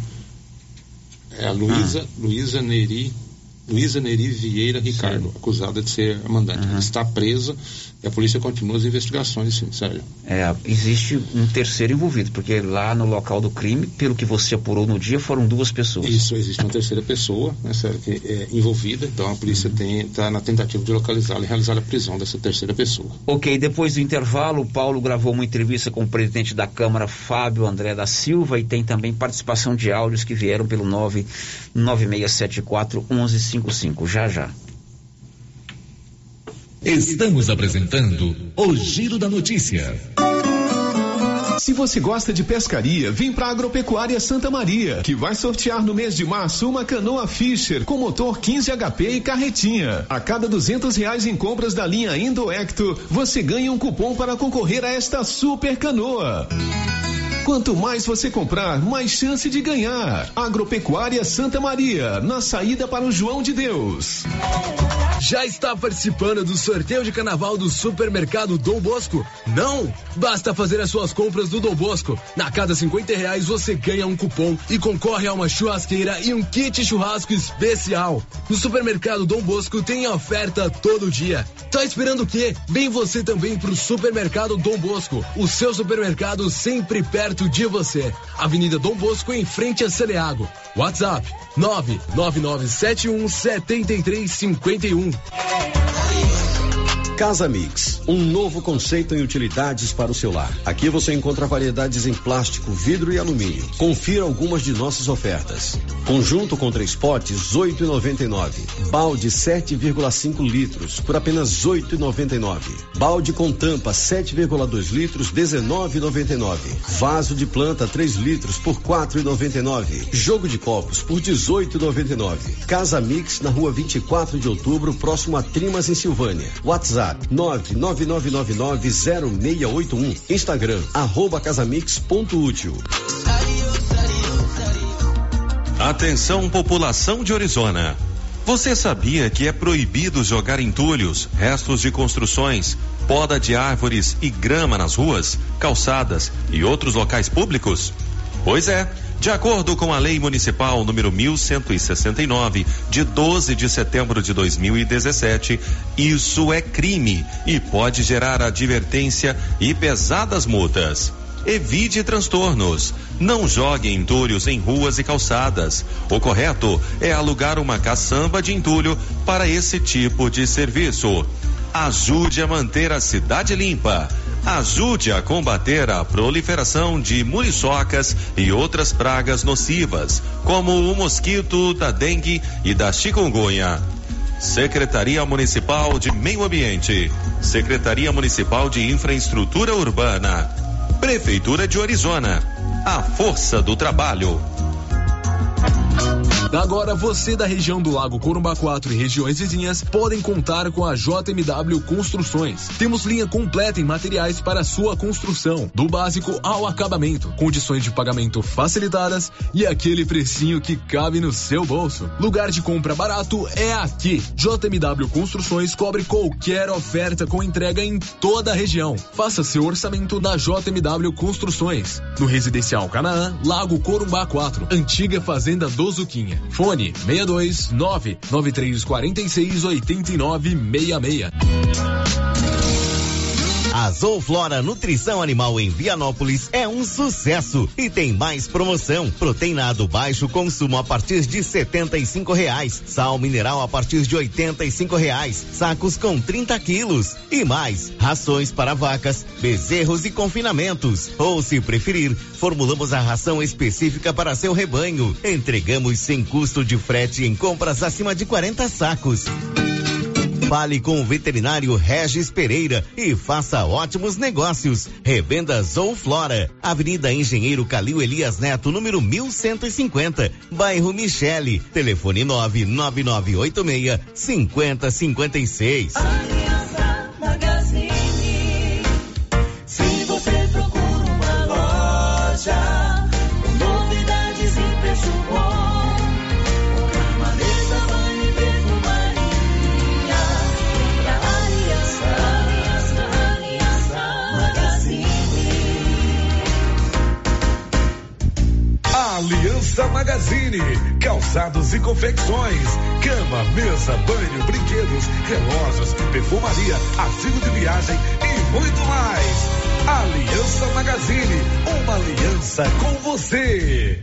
É a Luísa, ah. Luísa Neri... Luísa Neri Vieira Ricardo, sim, acusada de ser a mandante. Uhum. Ela está presa e a polícia continua as investigações, sim, sério. É, existe um terceiro envolvido, porque lá no local do crime, pelo que você apurou no dia, foram duas pessoas. Isso, existe uma terceira pessoa, né, sério, que é envolvida, então a polícia está uhum. na tentativa de localizá-la e realizar a prisão dessa terceira pessoa. Ok, depois do intervalo, o Paulo gravou uma entrevista com o presidente da Câmara, Fábio André da Silva, e tem também participação de áudios que vieram pelo nove nove seis sete quatro um um cinco cinco. Já, já. Estamos apresentando o Giro da Notícia. Se você gosta de pescaria, vem para a Agropecuária Santa Maria, que vai sortear no mês de março uma canoa Fisher com motor quinze H P e carretinha. A cada duzentos reais em compras da linha Indo Ecto, você ganha um cupom para concorrer a esta super canoa. Quanto mais você comprar, mais chance de ganhar. Agropecuária Santa Maria, na saída para o João de Deus. Já está participando do sorteio de carnaval do supermercado Dom Bosco? Não? Basta fazer as suas compras do Dom Bosco. Na cada cinquenta reais você ganha um cupom e concorre a uma churrasqueira e um kit churrasco especial. No supermercado Dom Bosco tem oferta todo dia. Tá esperando o quê? Vem você também pro supermercado Dom Bosco. O seu supermercado sempre perto de você. Avenida Dom Bosco, em frente a Celeago. WhatsApp nove nove nove sete um sete três cinco um. Casa Mix, um novo conceito em utilidades para o seu lar. Aqui você encontra variedades em plástico, vidro e alumínio. Confira algumas de nossas ofertas. Conjunto com três potes, oito e noventa e nove. Balde sete vírgula cinco litros por apenas oito e noventa e nove. Balde com tampa sete vírgula dois litros, dezenove e noventa e nove. Vaso de planta três litros por quatro e noventa e nove. Jogo de copos por dezoito e noventa e nove. Casa Mix na rua vinte e quatro de outubro, próximo a Trimas, em Silvânia. WhatsApp nove nove nove nove nove zero seis oito um. Instagram, arroba casamix.útil. Atenção, população de Orizona. Você sabia que é proibido jogar entulhos, restos de construções, poda de árvores e grama nas ruas, calçadas e outros locais públicos? Pois é. De acordo com a Lei Municipal número mil cento e sessenta e nove, de doze de setembro de dois mil e dezessete, isso é crime e pode gerar advertência e pesadas multas. Evite transtornos. Não jogue entulhos em ruas e calçadas. O correto é alugar uma caçamba de entulho para esse tipo de serviço. Ajude a manter a cidade limpa. Ajude a combater a proliferação de muriçocas e outras pragas nocivas, como o mosquito da dengue e da chikungunya. Secretaria Municipal de Meio Ambiente, Secretaria Municipal de Infraestrutura Urbana, Prefeitura de Orizona, a força do trabalho. Agora você da região do Lago Corumbá quatro e regiões vizinhas podem contar com a J M W Construções. Temos linha completa em materiais para sua construção, do básico ao acabamento, condições de pagamento facilitadas e aquele precinho que cabe no seu bolso. Lugar de compra barato é aqui. J M W Construções cobre qualquer oferta com entrega em toda a região. Faça seu orçamento na J M W Construções. No Residencial Canaã, Lago Corumbá quatro, antiga Fazenda do Zuquinha. Fone seis dois nove nove três quatro seis oito nove seis seis. A Zooflora Nutrição Animal em Vianópolis é um sucesso e tem mais promoção. Proteinado baixo consumo a partir de setenta e cinco reais. Sal mineral a partir de oitenta e cinco reais. Sacos com trinta quilos. E mais, rações para vacas, bezerros e confinamentos. Ou, se preferir, formulamos a ração específica para seu rebanho. Entregamos sem custo de frete em compras acima de quarenta sacos. Fale com o veterinário Regis Pereira e faça ótimos negócios. Revenda Zooflora, Avenida Engenheiro Calil Elias Neto, número mil cento e cinquenta, bairro Michele. Telefone nove nove nove oito seis cinco zero cinco seis. Aliança Magazine. Se você procura uma loja com novidades e preço bom, uma mesa, banho e perfumaria. Aliança Magazine, calçados e confecções, cama, mesa, banho, brinquedos, relógios, perfumaria, artigo de viagem e muito mais. Aliança Magazine, uma aliança com você.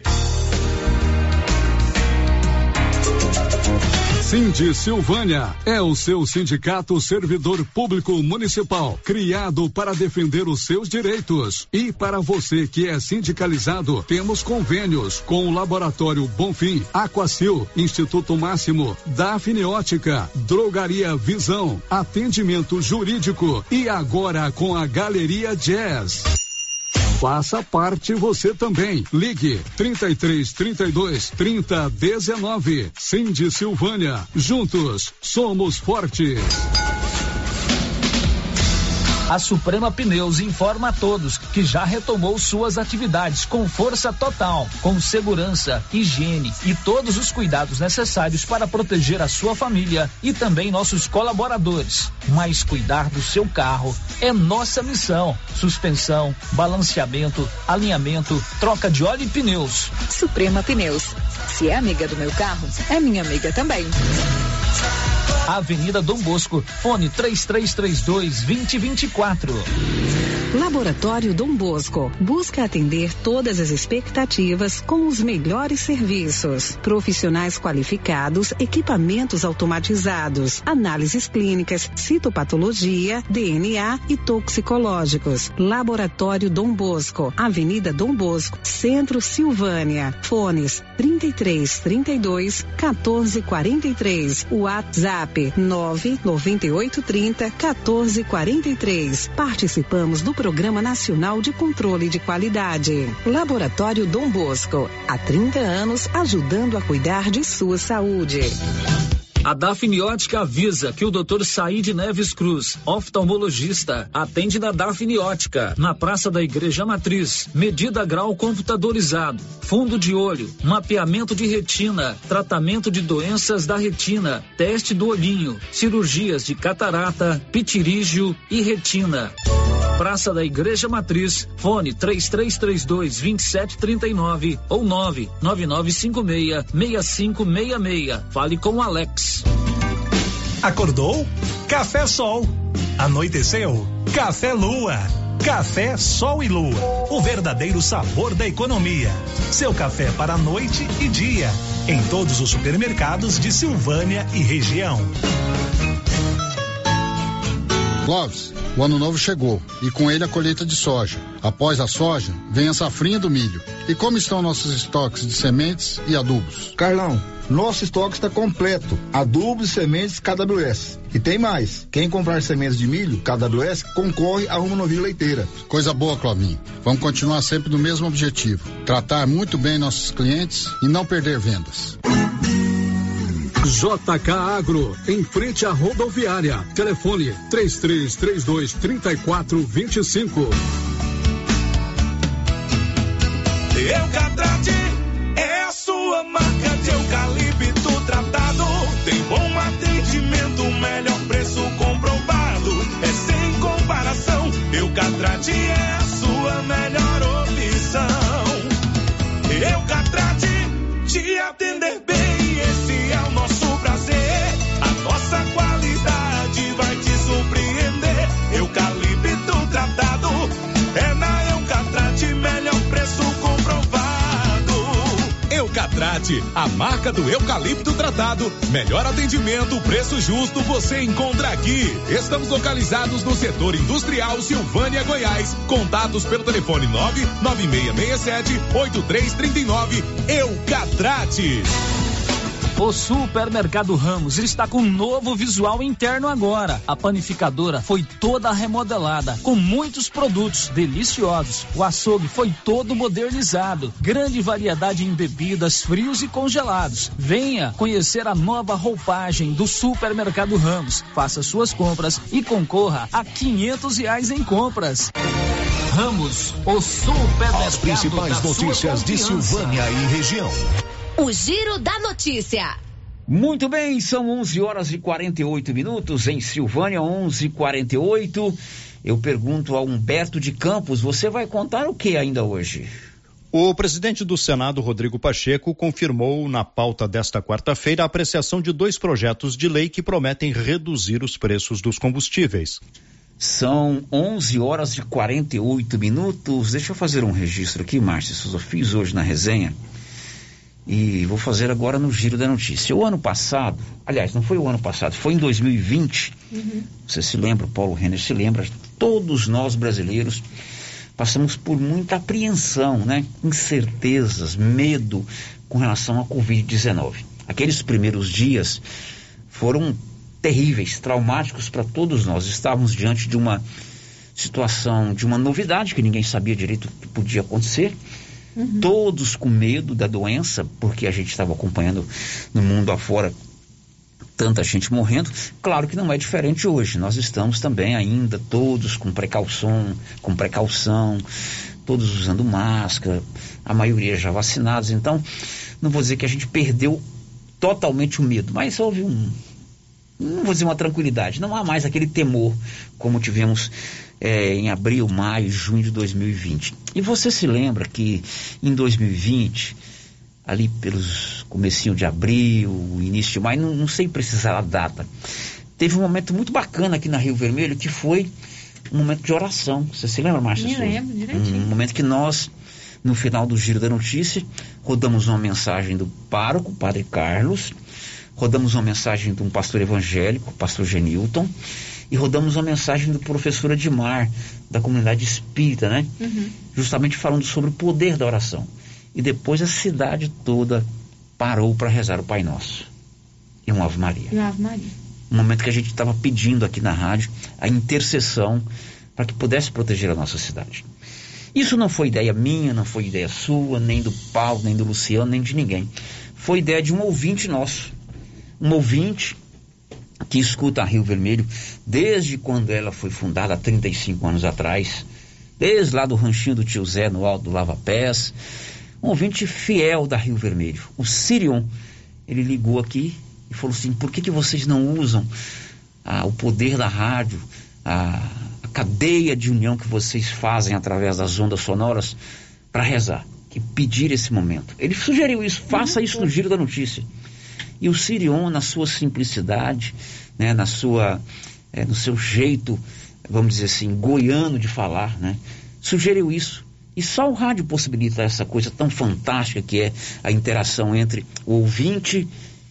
Sindi Silvânia é o seu sindicato servidor público municipal, criado para defender os seus direitos. E para você que é sindicalizado, temos convênios com o Laboratório Bonfim, Aquacil, Instituto Máximo, Dafniótica, Drogaria Visão, Atendimento Jurídico e agora com a Galeria Jazz. Faça parte você também. Ligue trinta e três, trinta e dois, trinta, dezenove. Sindi Silvânia. Juntos somos fortes. A Suprema Pneus informa a todos que já retomou suas atividades com força total, com segurança, higiene e todos os cuidados necessários para proteger a sua família e também nossos colaboradores. Mas cuidar do seu carro é nossa missão. Suspensão, balanceamento, alinhamento, troca de óleo e pneus. Suprema Pneus. Se é amiga do meu carro, é minha amiga também. Avenida Dom Bosco, fone três três três dois, dois zero dois quatro. Laboratório Dom Bosco busca atender todas as expectativas com os melhores serviços, profissionais qualificados, equipamentos automatizados, análises clínicas, citopatologia, D N A e toxicológicos. Laboratório Dom Bosco, Avenida Dom Bosco, Centro Silvânia. Fones trinta e três, trinta e dois, quatorze, quarenta e três. WhatsApp nove nove oito trinta, quatorze, quarenta e três. Participamos do Programa Nacional de Controle de Qualidade. Laboratório Dom Bosco, há trinta anos ajudando a cuidar de sua saúde. A Dafniótica avisa que o doutor Saíde Neves Cruz, oftalmologista, atende na Dafniótica, na Praça da Igreja Matriz. Medida grau computadorizado, fundo de olho, mapeamento de retina, tratamento de doenças da retina, teste do olhinho, cirurgias de catarata, pitirígio e retina. Praça da Igreja Matriz, fone três três três dois, dois sete três nove ou nove nove nove cinco seis, seis cinco seis seis. Fale com o Alex. Acordou? Café Sol. Anoiteceu? Café Lua. Café Sol e Lua, o verdadeiro sabor da economia. Seu café para noite e dia, em todos os supermercados de Silvânia e região. Clóvis, o ano novo chegou e com ele a colheita de soja. Após a soja, vem a safrinha do milho. E como estão nossos estoques de sementes e adubos? Carlão, nosso estoque está completo. Adubos e sementes K W S. E tem mais. Quem comprar sementes de milho K W S concorre a uma novilha leiteira. Coisa boa, Clovinho. Vamos continuar sempre no mesmo objetivo. Tratar muito bem nossos clientes e não perder vendas. J K Agro, em frente à rodoviária. Telefone três três três dois, três quatro dois cinco. Eucatrate é a sua marca de eucalipto tratado. Tem bom atendimento, melhor preço comprovado. É sem comparação. Eucatrate é a sua melhor opção. Eucatrate, te atender bem, esse é o nosso prazer. A nossa qualidade vai te surpreender. Eucalipto tratado é na Eucatrate, melhor preço comprovado. Eucatrate, a marca do eucalipto tratado. Melhor atendimento, preço justo, você encontra aqui. Estamos localizados no setor industrial Silvânia, Goiás. Contatos pelo telefone nove nove seis seis sete, oito três três nove. Eucatrate. O Supermercado Ramos está com um novo visual interno agora. A panificadora foi toda remodelada, com muitos produtos deliciosos. O açougue foi todo modernizado. Grande variedade em bebidas, frios e congelados. Venha conhecer a nova roupagem do Supermercado Ramos. Faça suas compras e concorra a quinhentos reais em compras. Ramos, o supermercado. As principais notícias de Silvânia e região. O Giro da Notícia. Muito bem, são onze horas e quarenta e oito minutos em Silvânia, onze e quarenta e oito. Eu pergunto a Humberto de Campos, você vai contar o que ainda hoje? O presidente do Senado, Rodrigo Pacheco, confirmou na pauta desta quarta-feira a apreciação de dois projetos de lei que prometem reduzir os preços dos combustíveis. São onze horas e quarenta e oito minutos. Deixa eu fazer um registro aqui, Márcio Souza. Fiz hoje na resenha. E vou fazer agora no Giro da Notícia. O ano passado, aliás, não foi o ano passado, foi em dois mil e vinte. Uhum. Você se lembra, o Paulo Renner se lembra, todos nós brasileiros passamos por muita apreensão, né? Incertezas, medo com relação à covid dezenove. Aqueles primeiros dias foram terríveis, traumáticos para todos nós. Estávamos diante de uma situação, de uma novidade que ninguém sabia direito o que podia acontecer. Uhum. Todos com medo da doença, porque a gente estava acompanhando no mundo afora tanta gente morrendo. Claro que não é diferente hoje. Nós estamos também ainda todos com precaução, com precaução, todos usando máscara, a maioria já vacinados. Então, não vou dizer que a gente perdeu totalmente o medo, mas houve um, não vou dizer uma tranquilidade. Não há mais aquele temor como tivemos é, em abril, maio, junho de dois mil e vinte. E você se lembra que em dois mil e vinte, ali pelos comecinho de abril, início de maio, não, não sei precisar a data, teve um momento muito bacana aqui na Rio Vermelho, que foi um momento de oração. Você se lembra, Márcia? Me lembro, direitinho. Um momento que nós, no final do Giro da Notícia, rodamos uma mensagem do pároco, Padre Carlos, rodamos uma mensagem de um pastor evangélico, pastor Genilton, e rodamos uma mensagem do professor Edmar, da comunidade espírita, né? Uhum. Justamente falando sobre o poder da oração. E depois a cidade toda parou para rezar o Pai Nosso e um Ave Maria. E um Ave Maria. Um momento que a gente estava pedindo aqui na rádio a intercessão para que pudesse proteger a nossa cidade. Isso não foi ideia minha, não foi ideia sua, nem do Paulo, nem do Luciano, nem de ninguém. Foi ideia de um ouvinte nosso. Um ouvinte que escuta a Rio Vermelho desde quando ela foi fundada há trinta e cinco anos atrás, desde lá do ranchinho do tio Zé, no alto do Lava Pés. Um ouvinte fiel da Rio Vermelho, o Sirion. Ele ligou aqui e falou assim: por que que vocês não usam ah, o poder da rádio, a, a cadeia de união que vocês fazem através das ondas sonoras para rezar, que pedir esse momento? Ele sugeriu isso, faça isso no Giro da Notícia. E o Sirion, na sua simplicidade, né, na sua, é, no seu jeito, vamos dizer assim, goiano de falar, né, sugeriu isso. E só o rádio possibilita essa coisa tão fantástica que é a interação entre o ouvinte,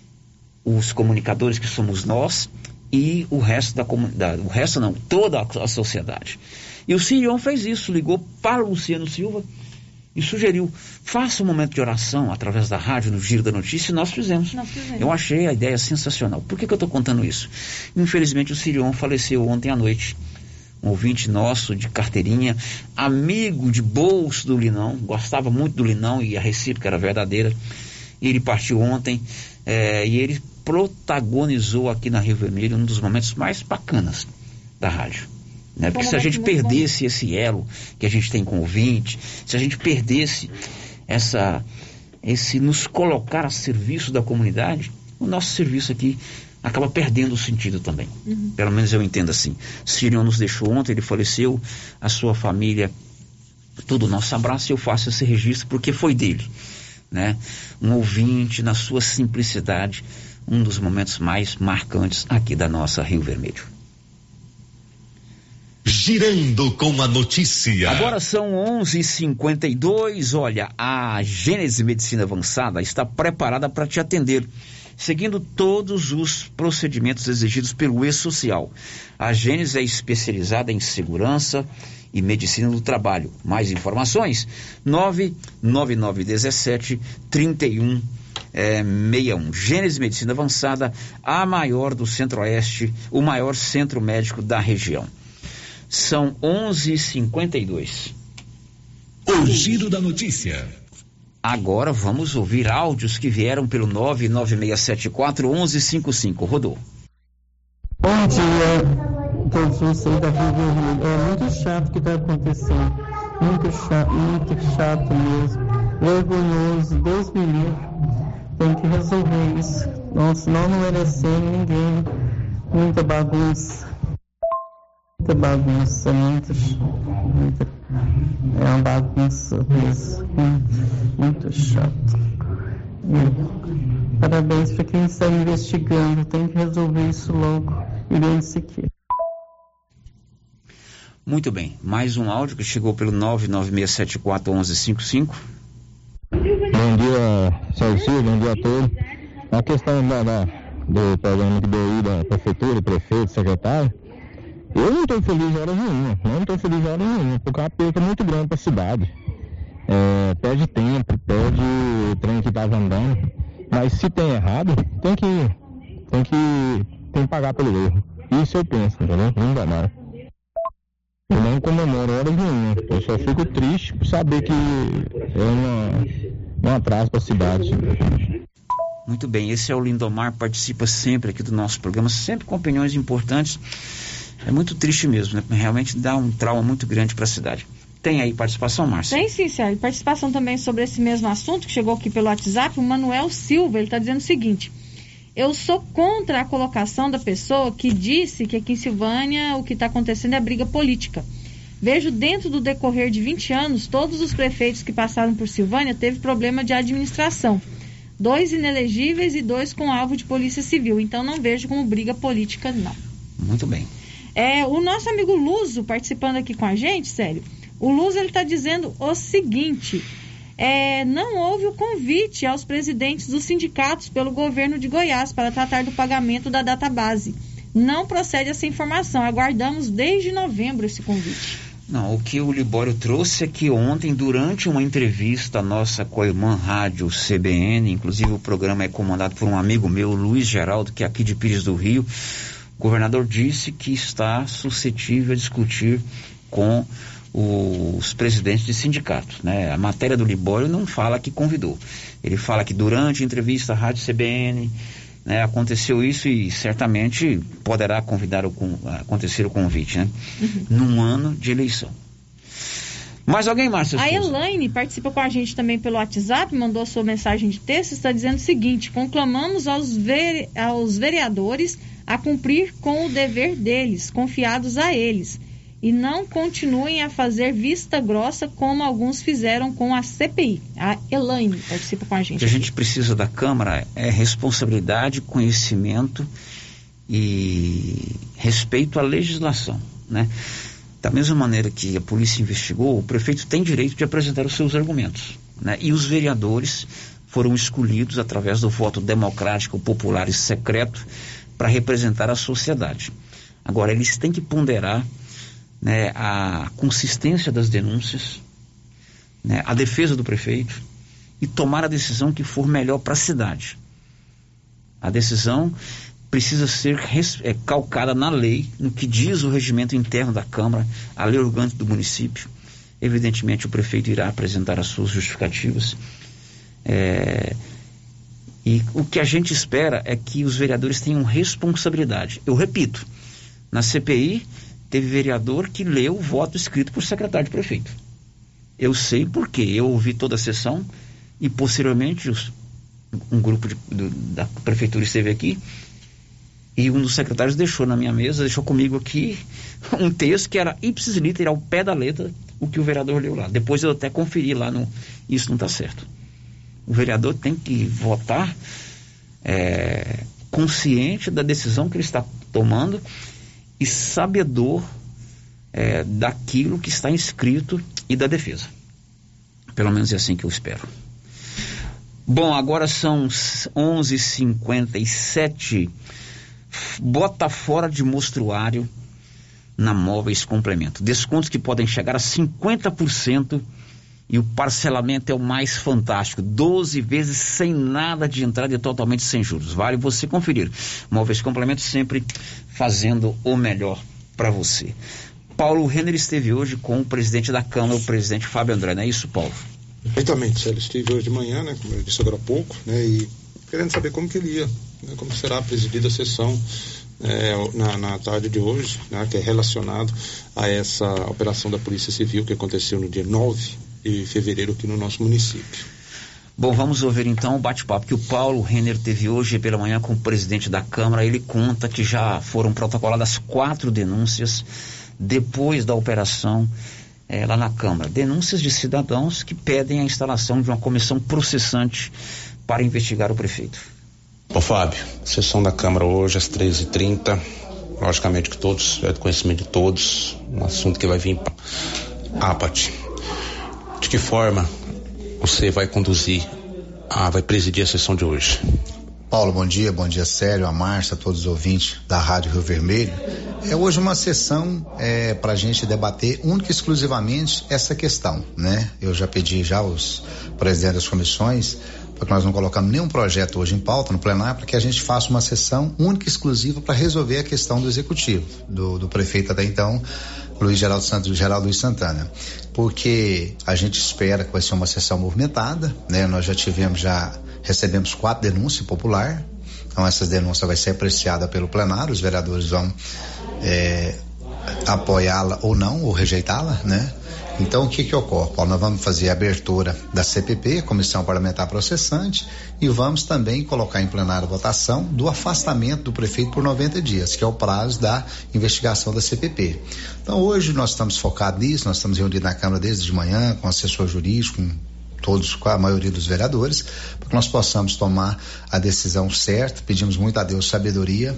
os comunicadores que somos nós, e o resto da comunidade, o resto não, toda a, a sociedade. E o Sirion fez isso, ligou para o Luciano Silva e sugeriu: faça um momento de oração através da rádio no Giro da Notícia, e nós fizemos. Nós fizemos. Eu achei a ideia sensacional. Por que que eu estou contando isso? Infelizmente o Sirion faleceu ontem à noite. Um ouvinte nosso de carteirinha, amigo de bolso do Linão, gostava muito do Linão e a recíproca era verdadeira. E ele partiu ontem é, e ele protagonizou aqui na Rio Vermelho um dos momentos mais bacanas da rádio. Né? Porque se a gente perdesse esse elo que a gente tem com o ouvinte, se a gente perdesse essa, esse nos colocar a serviço da comunidade, o nosso serviço aqui acaba perdendo o sentido também. Uhum. Pelo menos eu entendo assim. Sirion nos deixou ontem, ele faleceu, a sua família, todo o nosso abraço, e eu faço esse registro porque foi dele, né? Um ouvinte, na sua simplicidade, um dos momentos mais marcantes aqui da nossa Rio Vermelho. Girando com a notícia. Agora são onze e cinquenta e dois. Olha, a Gênese Medicina Avançada está preparada para te atender, seguindo todos os procedimentos exigidos pelo E-Social. A Gênese é especializada em segurança e medicina do trabalho. Mais informações? nove nove nove um sete, três um seis um. Gênese Medicina Avançada, a maior do Centro-Oeste, o maior centro médico da região. São onze e cinquenta e dois. O Giro da Notícia. Agora vamos ouvir áudios que vieram pelo nove nove seis sete quatro, um um cinco cinco. Rodou. Bom dia, todos vocês da Rio Vermelho. É muito chato o que está acontecendo. Muito chato, muito chato mesmo. Vergonhoso, Deus me livre. Tem que resolver isso. Nossa, nós não merecemos ninguém. Muita bagunça. Muita bagunça, muito, muita, é uma bagunça mesmo, muito, muito chato. E parabéns para quem está investigando, tem que resolver isso logo, Irene Siqueira. Muito bem, mais um áudio que chegou pelo nove nove seis sete quatro, um um cinco cinco. Bom dia, Celso, bom dia a todos. A questão da, da, do programa que deu aí da prefeitura, prefeito, secretário, eu não estou feliz de hora nenhuma, não estou feliz de hora nenhuma, porque é uma perda muito grande para a cidade. É, perde tempo, perde o trem que estava andando, mas se tem errado, tem que, tem que, tem que pagar pelo erro. Isso eu penso, entendeu? Não dá nada. Eu não comemoro hora nenhuma, eu só fico triste por saber que é uma, um atraso para a cidade. Muito bem, esse é o Lindomar, participa sempre aqui do nosso programa, sempre com opiniões importantes. É muito triste mesmo, né? Realmente dá um trauma muito grande para a cidade. Tem aí participação, Márcia? Tem sim, Sérgio. Participação também sobre esse mesmo assunto, que chegou aqui pelo WhatsApp, o Manuel Silva, ele está dizendo o seguinte: eu sou contra a colocação da pessoa que disse que aqui em Silvânia o que está acontecendo é briga política. Vejo dentro do decorrer de vinte anos, todos os prefeitos que passaram por Silvânia teve problema de administração. Dois inelegíveis e dois com alvo de polícia civil. Então não vejo como briga política, não. Muito bem. É, o nosso amigo Luso participando aqui com a gente, Célio. O Luso está dizendo o seguinte: é, não houve o convite aos presidentes dos sindicatos pelo governo de Goiás para tratar do pagamento da database. Não procede essa informação. Aguardamos desde novembro esse convite. Não, o que o Libório trouxe é que ontem, durante uma entrevista nossa com a irmã Rádio C B N, inclusive o programa é comandado por um amigo meu, Luiz Geraldo, que é aqui de Pires do Rio, o governador disse que está suscetível a discutir com os presidentes de sindicatos, né? A matéria do Libório não fala que convidou. Ele fala que durante a entrevista à Rádio C B N, né, aconteceu isso e certamente poderá convidar o, acontecer o convite, né? Uhum. Num ano de eleição. Mais alguém, Márcia? A Elaine participa com a gente também pelo WhatsApp, mandou a sua mensagem de texto, está dizendo o seguinte: conclamamos aos, vere, aos vereadores a cumprir com o dever deles, confiados a eles, e não continuem a fazer vista grossa como alguns fizeram com a C P I. A Elaine participa com a gente. O que a gente precisa da Câmara é responsabilidade, conhecimento e respeito à legislação, né? Da mesma maneira que a polícia investigou, o prefeito tem direito de apresentar os seus argumentos, né? E os vereadores foram escolhidos através do voto democrático, popular e secreto para representar a sociedade. Agora, eles têm que ponderar, né, a consistência das denúncias, né, a defesa do prefeito e tomar a decisão que for melhor para a cidade. A decisão precisa ser res, é, calcada na lei, no que diz o regimento interno da Câmara, a lei orgânica do município. Evidentemente o prefeito irá apresentar as suas justificativas. É, e o que a gente espera é que os vereadores tenham responsabilidade. Eu repito, na C P I teve vereador que leu o voto escrito por secretário de prefeito. Eu sei porque eu ouvi toda a sessão e posteriormente os, um grupo de, do, da prefeitura esteve aqui e um dos secretários deixou na minha mesa, deixou comigo aqui um texto que era ipsis literal, ao pé da letra, o que o vereador leu lá. Depois eu até conferi lá, no, isso não está certo. O vereador tem que votar é, consciente da decisão que ele está tomando e sabedor é, daquilo que está inscrito e da defesa. Pelo menos é assim que eu espero. Bom, agora são onze e cinquenta e sete. Bota fora de mostruário na Móveis Complemento. Descontos que podem chegar a cinquenta por cento e o parcelamento é o mais fantástico. doze vezes sem nada de entrada e totalmente sem juros. Vale você conferir. Móveis Complemento sempre fazendo o melhor para você. Paulo Renner esteve hoje com o presidente da Câmara, o presidente Fábio André, não é isso, Paulo? Perfeitamente, ele esteve hoje de manhã, né, como eu disse agora há pouco, né, e querendo saber como que ele ia, né, como será presidida a sessão é, na, na tarde de hoje, né, que é relacionado a essa operação da Polícia Civil que aconteceu no dia nove de fevereiro aqui no nosso município. Bom, vamos ouvir então o bate-papo que o Paulo Renner teve hoje pela manhã com o presidente da Câmara. Ele conta que já foram protocoladas quatro denúncias depois da operação é, lá na Câmara. Denúncias de cidadãos que pedem a instalação de uma comissão processante para investigar o prefeito. Ô Fábio, sessão da Câmara hoje às treze e trinta, logicamente que todos, é do conhecimento de todos, um assunto que vai vir para APAT. De que forma você vai conduzir, a, vai presidir a sessão de hoje? Paulo, bom dia, bom dia Célio, a Márcia, a todos os ouvintes da Rádio Rio Vermelho. É hoje uma sessão é, para a gente debater única e exclusivamente essa questão, né? Eu já pedi já aos presidentes das comissões para que nós não colocamos nenhum projeto hoje em pauta no plenário, para que a gente faça uma sessão única e exclusiva para resolver a questão do executivo, do, do prefeito até então, Luiz Geraldo Santos, Geraldo Luiz Santana, porque a gente espera que vai ser uma sessão movimentada, né? Nós já tivemos já recebemos quatro denúncias populares. Então essas denúncias vai ser apreciada pelo plenário, os vereadores vão é, apoiá-la ou não, ou rejeitá-la, né? Então o que que ocorre, Paulo? Nós vamos fazer a abertura da C P P, Comissão Parlamentar Processante, e vamos também colocar em plenário a votação do afastamento do prefeito por noventa dias, que é o prazo da investigação da C P P. Então hoje nós estamos focados nisso, nós estamos reunidos na Câmara desde de manhã, com o assessor jurídico, com todos, com a maioria dos vereadores, para que nós possamos tomar a decisão certa. Pedimos muito a Deus sabedoria,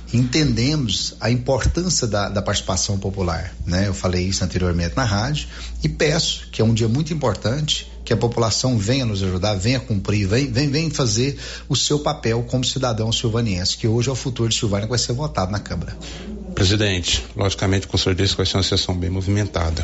entendemos a importância da, da participação popular, né? Eu falei isso anteriormente na rádio e peço que é um dia muito importante, que a população venha nos ajudar, venha cumprir, venha, venha, venha fazer o seu papel como cidadão silvaniense, que hoje é o futuro de Silvânia que vai ser votado na Câmara. Presidente, logicamente com o senhor disse que vai ser uma sessão bem movimentada.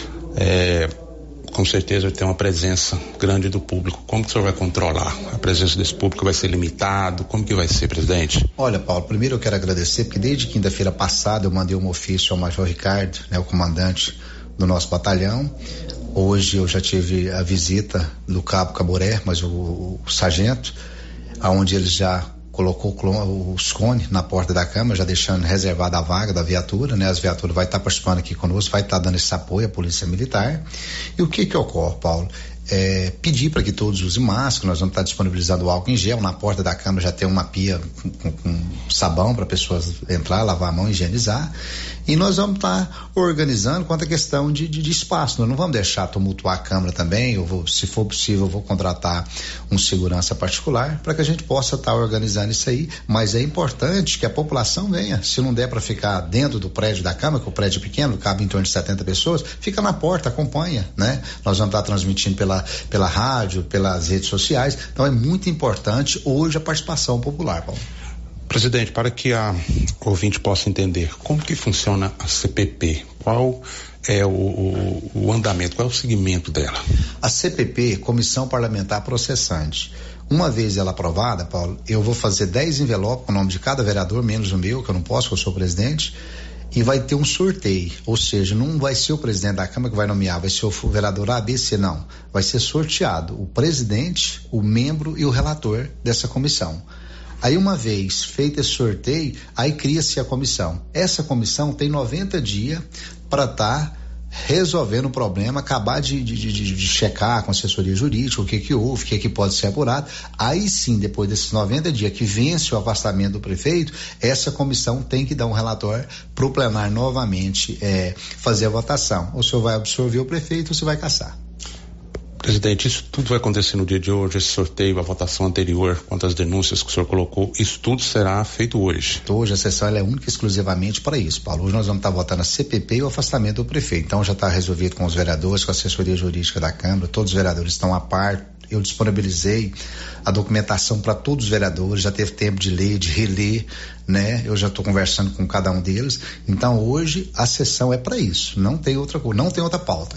É... Com certeza tem uma presença grande do público. Como que o senhor vai controlar a presença desse público? Vai ser limitado? Como que vai ser, presidente? Olha, Paulo, primeiro eu quero agradecer, porque desde quinta-feira passada eu mandei um ofício ao Major Ricardo, né, o comandante do nosso batalhão. Hoje eu já tive a visita do Cabo Caboré, mas o, o, o sargento, aonde ele já colocou os cones na porta da Câmara, já deixando reservada a vaga da viatura, né? As viaturas vai estar participando aqui conosco, vai estar dando esse apoio à Polícia Militar. E o que que ocorre, Paulo? É, pedir para que todos usem máscara, nós vamos estar disponibilizando o álcool em gel, na porta da Câmara já tem uma pia com, com, com sabão para pessoas entrar, lavar a mão, higienizar, e nós vamos estar organizando quanto à questão de, de, de espaço. Nós não vamos deixar tumultuar a Câmara também. Eu vou, se for possível, eu vou contratar um segurança particular para que a gente possa estar organizando isso aí, mas é importante que a população venha. Se não der para ficar dentro do prédio da Câmara, que o prédio é pequeno, cabe em torno de setenta pessoas, fica na porta, acompanha, né? Nós vamos estar transmitindo pela, pela rádio, pelas redes sociais, então é muito importante hoje a participação popular, Paulo. Presidente, para que a ouvinte possa entender como que funciona a C P P, qual é o, o, o andamento, qual é o segmento dela? A C P P, Comissão Parlamentar Processante, uma vez ela aprovada, Paulo, eu vou fazer dez envelopes com o nome de cada vereador, menos o meu, que eu não posso, que eu sou presidente, e vai ter um sorteio, ou seja, não vai ser o presidente da Câmara que vai nomear, vai ser o vereador A, B, C, não, vai ser sorteado o presidente, o membro e o relator dessa comissão. Aí uma vez feito esse sorteio, aí cria-se a comissão. Essa comissão tem noventa dias para estar tá resolvendo o problema, acabar de, de, de, de checar com a assessoria jurídica o que que houve, o que que pode ser apurado. Aí sim, depois desses noventa dias que vence o afastamento do prefeito, essa comissão tem que dar um relatório para o plenário novamente é, fazer a votação. Ou o senhor vai absorver o prefeito ou você vai caçar. Presidente, isso tudo vai acontecer no dia de hoje, esse sorteio, a votação anterior, quantas denúncias que o senhor colocou, isso tudo será feito hoje? Hoje a sessão ela é única e exclusivamente para isso, Paulo. Hoje nós vamos estar votando a C P P e o afastamento do prefeito. Então já está resolvido com os vereadores, com a assessoria jurídica da Câmara, todos os vereadores estão a par. Eu disponibilizei a documentação para todos os vereadores, já teve tempo de ler, de reler, né? Eu já estou conversando com cada um deles. Então hoje a sessão é para isso, não tem outra coisa, não tem outra pauta.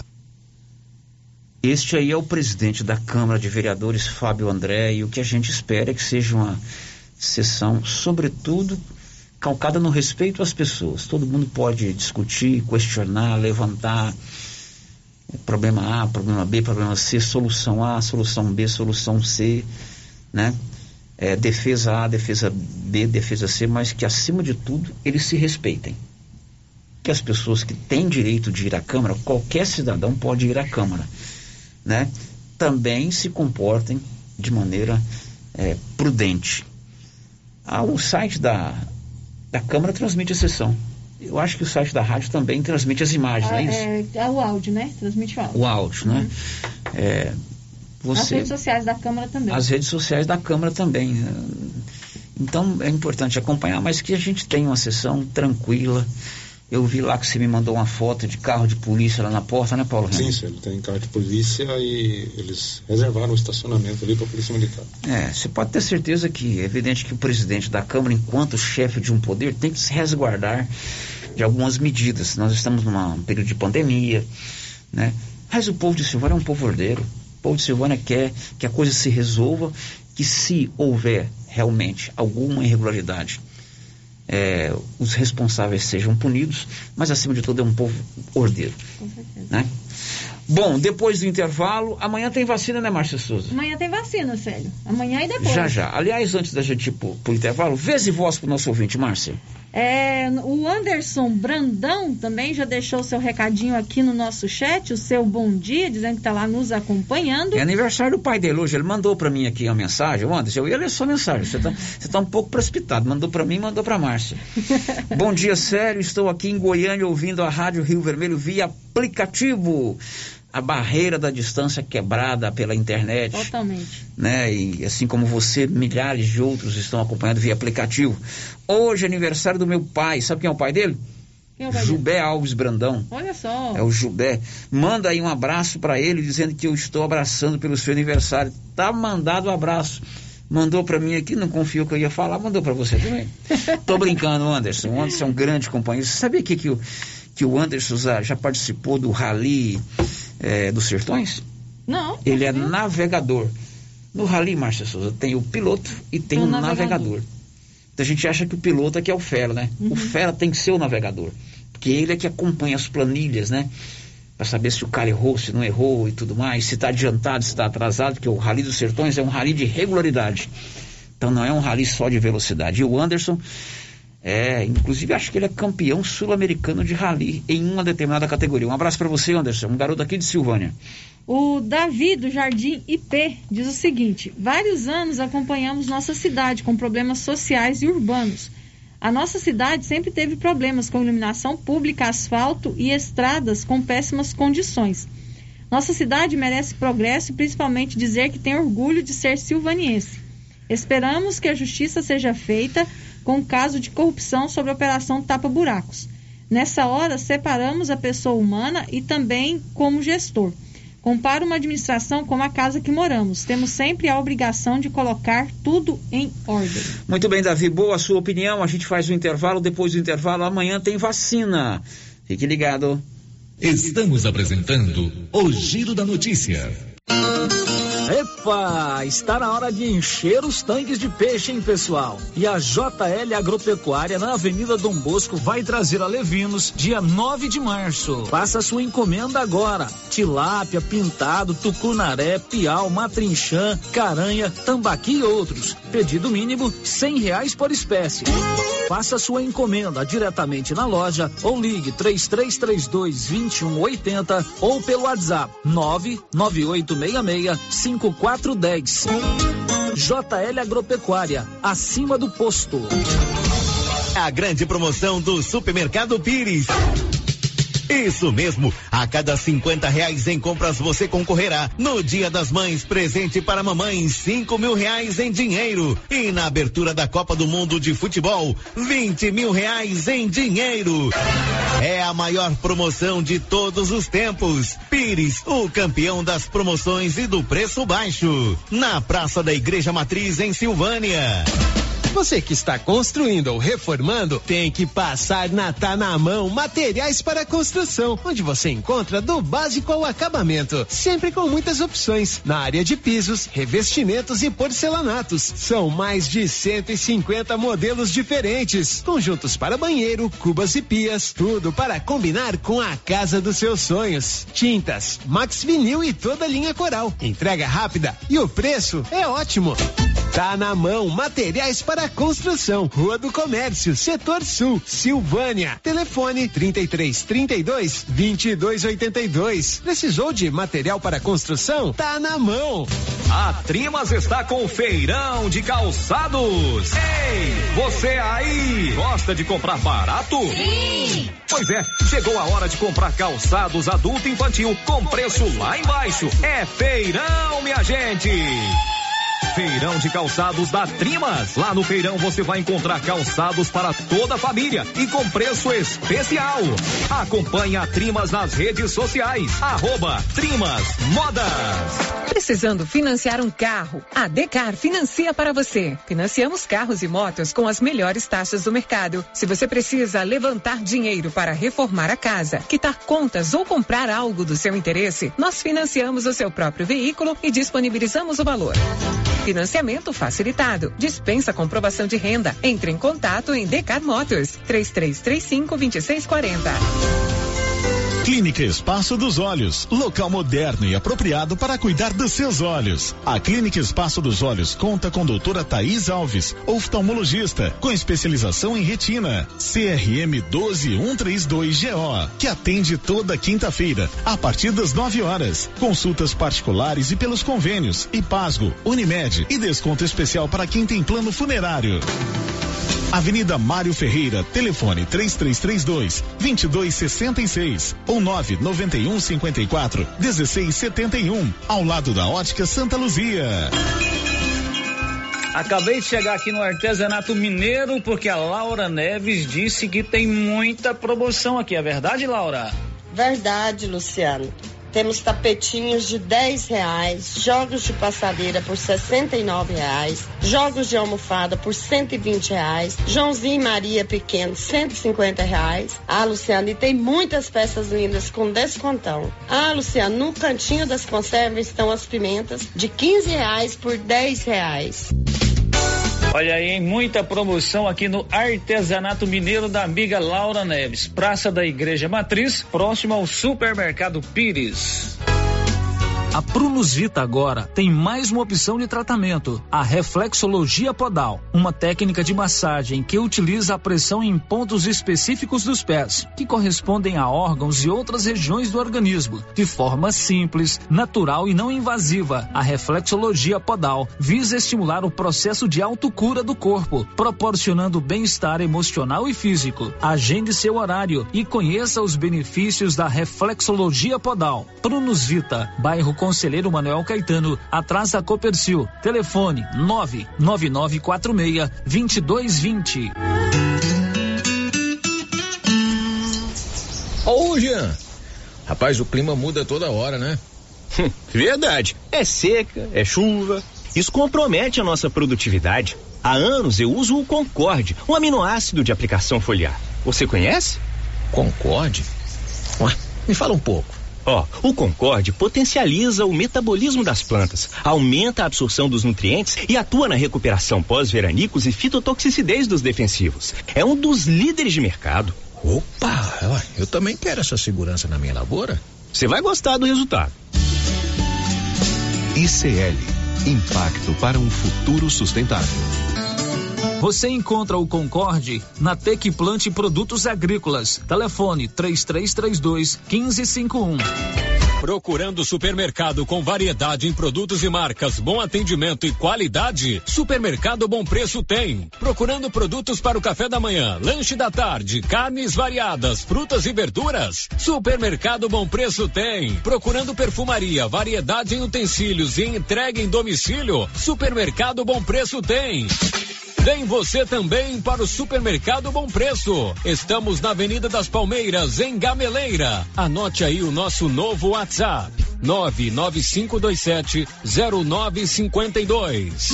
Este aí é o presidente da Câmara de Vereadores, Fábio André, e o que a gente espera é que seja uma sessão, sobretudo, calcada no respeito às pessoas. Todo mundo pode discutir, questionar, levantar problema A, problema B, problema C, solução A, solução B, solução C, né? É, defesa A, defesa B, defesa C, mas que acima de tudo eles se respeitem. Que as pessoas que têm direito de ir à Câmara, qualquer cidadão pode ir à Câmara, né? Também se comportem de maneira é, prudente. Ah, o site da, da Câmara transmite a sessão. Eu acho que o site da rádio também transmite as imagens, ah, não é isso? É, é o áudio, né? Transmite o áudio. O áudio, uhum. né? É, você, as redes sociais da Câmara também. As redes sociais da Câmara também. Então é importante acompanhar, mas que a gente tenha uma sessão tranquila. Eu vi lá que você me mandou uma foto de carro de polícia lá na porta, né, Paulo? Sim, senhor, tem carro de polícia e eles reservaram o estacionamento ali para a Polícia Militar. É, você pode ter certeza que é evidente que o presidente da Câmara, enquanto chefe de um poder, tem que se resguardar de algumas medidas. Nós estamos num período de pandemia, né? Mas o povo de Silvânia é um povo ordeiro. O povo de Silvânia quer que a coisa se resolva, que se houver realmente alguma irregularidade, É, os responsáveis sejam punidos, mas acima de tudo é um povo ordeiro, né? Bom, depois do intervalo, amanhã tem vacina, né, Márcia Souza? Amanhã tem vacina, Célio. Amanhã e depois. Já, já. Aliás, antes da gente ir pro, pro intervalo, vez e voz pro nosso ouvinte, Márcia. É, o Anderson Brandão também já deixou seu recadinho aqui no nosso chat, o seu bom dia, dizendo que está lá nos acompanhando. É aniversário do pai dele hoje, ele mandou para mim aqui uma mensagem. Anderson, eu ia ler sua mensagem, você está você tá um pouco precipitado, mandou para mim, mandou para Márcia. Bom dia, sério, estou aqui em Goiânia ouvindo a Rádio Rio Vermelho via aplicativo. A barreira da distância quebrada pela internet. Totalmente. Né? E assim como você, milhares de outros estão acompanhando via aplicativo. Hoje é aniversário do meu pai. Sabe quem é o pai dele? Quem é o pai Jubé dele? Alves Brandão. Olha só. É o Jubé. Manda aí um abraço para ele, dizendo que eu estou abraçando pelo seu aniversário. Tá mandado o um abraço. Mandou para mim aqui, não confio que eu ia falar, mandou para você também. Tô brincando, Anderson. O Anderson é um grande companheiro. Você sabia que, que, o, que o Anderson já, já participou do Rally é, dos Sertões? Não. Ele é navegador. No Rally, Márcia Souza, tem o piloto e tem o, o navegador. navegador. Então a gente acha que o piloto é que é o fera, né? Uhum. O fera tem que ser o navegador. Porque ele é que acompanha as planilhas, né? Para saber se o cara errou, se não errou e tudo mais, se está adiantado, se está atrasado, porque o Rally dos Sertões é um rally de regularidade. Então não é um rally só de velocidade. E o Anderson, é, inclusive acho que ele é campeão sul-americano de rally em uma determinada categoria. Um abraço para você, Anderson, um garoto aqui de Silvânia. O Davi do Jardim I P diz o seguinte: vários anos acompanhamos nossa cidade com problemas sociais e urbanos. A nossa cidade sempre teve problemas com iluminação pública, asfalto e estradas com péssimas condições. Nossa cidade merece progresso e principalmente dizer que tem orgulho de ser silvaniense. Esperamos que a justiça seja feita com o caso de corrupção sobre a operação Tapa Buracos. Nessa hora, separamos a pessoa humana e também como gestor. Compara uma administração como a casa que moramos. Temos sempre a obrigação de colocar tudo em ordem. Muito bem, Davi. Boa a sua opinião. A gente faz o intervalo. Depois do intervalo, amanhã tem vacina. Fique ligado. Estamos apresentando o Giro da Notícia. Epa, está na hora de encher os tanques de peixe, hein, pessoal? E a J L Agropecuária na Avenida Dom Bosco vai trazer a Levinos dia nove de março. Faça sua encomenda agora. Tilápia, pintado, tucunaré, piau, matrinchã, caranha, tambaqui e outros. Pedido mínimo cem reais por espécie. Faça sua encomenda diretamente na loja ou ligue três três três dois, dois um oito zero ou pelo WhatsApp nove nove oito seis seis, cinco quatro um zero. J L Agropecuária, acima do posto. A grande promoção do Supermercado Pires. Isso mesmo, a cada cinquenta reais em compras você concorrerá no Dia das Mães, presente para mamãe, cinco mil reais em dinheiro, e na abertura da Copa do Mundo de Futebol, vinte mil reais em dinheiro. É a maior promoção de todos os tempos. Pires, o campeão das promoções e do preço baixo, na Praça da Igreja Matriz em Silvânia. Você que está construindo ou reformando, tem que passar na Tá na Mão Materiais para Construção, onde você encontra do básico ao acabamento, sempre com muitas opções na área de pisos, revestimentos e porcelanatos. São mais de cento e cinquenta modelos diferentes, conjuntos para banheiro, cubas e pias, tudo para combinar com a casa dos seus sonhos. Tintas, Max Vinil e toda a linha Coral. Entrega rápida e o preço é ótimo. Tá na Mão Materiais para Construção, Rua do Comércio, Setor Sul, Silvânia. Telefone trinta e três, trinta e dois, vinte e dois oitenta e dois. Precisou de material para construção? Tá na mão. A Trimas está com feirão de calçados. Ei, você aí, gosta de comprar barato? Sim! Pois é, chegou a hora de comprar calçados adulto e infantil com preço lá embaixo. É feirão, minha gente! Feirão de calçados da Trimas. Lá no feirão você vai encontrar calçados para toda a família e com preço especial. Acompanhe a Trimas nas redes sociais. Arroba Trimas Modas. Precisando financiar um carro? A Decar financia para você. Financiamos carros e motos com as melhores taxas do mercado. Se você precisa levantar dinheiro para reformar a casa, quitar contas ou comprar algo do seu interesse, nós financiamos o seu próprio veículo e disponibilizamos o valor. Financiamento facilitado. Dispensa comprovação de renda. Entre em contato em Decar Motors. três três três cinco, dois seis quatro zero. Clínica Espaço dos Olhos, local moderno e apropriado para cuidar dos seus olhos. A Clínica Espaço dos Olhos conta com doutora Thaís Alves, oftalmologista, com especialização em retina, C R M um dois um três dois G O, que atende toda quinta-feira, a partir das nove horas. Consultas particulares e pelos convênios, IPASGO, Unimed e desconto especial para quem tem plano funerário. Avenida Mário Ferreira, telefone três três três dois, dois dois seis seis ou nove nove um cinco quatro, um seis sete um, ao lado da Ótica Santa Luzia. Acabei de chegar aqui no Artesanato Mineiro porque a Laura Neves disse que tem muita promoção aqui. É verdade, Laura? Verdade, Luciano. Temos tapetinhos de dez reais, jogos de passadeira por sessenta e nove reais, jogos de almofada por cento e vinte reais, Joãozinho e Maria pequeno cento e cinquenta reais. Ah, Luciano, e tem muitas peças lindas com descontão. Ah, Luciano, no cantinho das conservas estão as pimentas de quinze reais por dez reais. Olha aí, hein? Muita promoção aqui no Artesanato Mineiro da amiga Laura Neves. Praça da Igreja Matriz, próximo ao Supermercado Pires. A Prunus Vita agora tem mais uma opção de tratamento, a reflexologia podal, uma técnica de massagem que utiliza a pressão em pontos específicos dos pés, que correspondem a órgãos e outras regiões do organismo, de forma simples, natural e não invasiva. A reflexologia podal visa estimular o processo de autocura do corpo, proporcionando bem-estar emocional e físico. Agende seu horário e conheça os benefícios da reflexologia podal. Prunus Vita, bairro Conselheiro Manuel Caetano, atrás da Copercil. Telefone nove nove nove quatro seis, dois dois dois zero. Ô, Jean, rapaz, o clima muda toda hora, né? Verdade. É seca, é chuva. Isso compromete a nossa produtividade. Há anos eu uso o Concorde, um aminoácido de aplicação foliar. Você conhece? Concorde? Ué, me fala um pouco. Ó, oh, o Concorde potencializa o metabolismo das plantas, aumenta a absorção dos nutrientes e atua na recuperação pós-veranicos e fitotoxicidez dos defensivos. É um dos líderes de mercado. Opa, eu também quero essa segurança na minha lavoura. Você vai gostar do resultado. I C L, impacto para um futuro sustentável. Você encontra o Concorde na Tec Plante Produtos Agrícolas. Telefone três três três dois, um cinco cinco um. Procurando supermercado com variedade em produtos e marcas, bom atendimento e qualidade? Supermercado Bom Preço tem. Procurando produtos para o café da manhã, lanche da tarde, carnes variadas, frutas e verduras? Supermercado Bom Preço tem. Procurando perfumaria, variedade em utensílios e entrega em domicílio? Supermercado Bom Preço tem. Vem você também para o Supermercado Bom Preço. Estamos na Avenida das Palmeiras, em Gameleira. Anote aí o nosso novo WhatsApp: nove nove cinco dois sete zero nove cinco dois.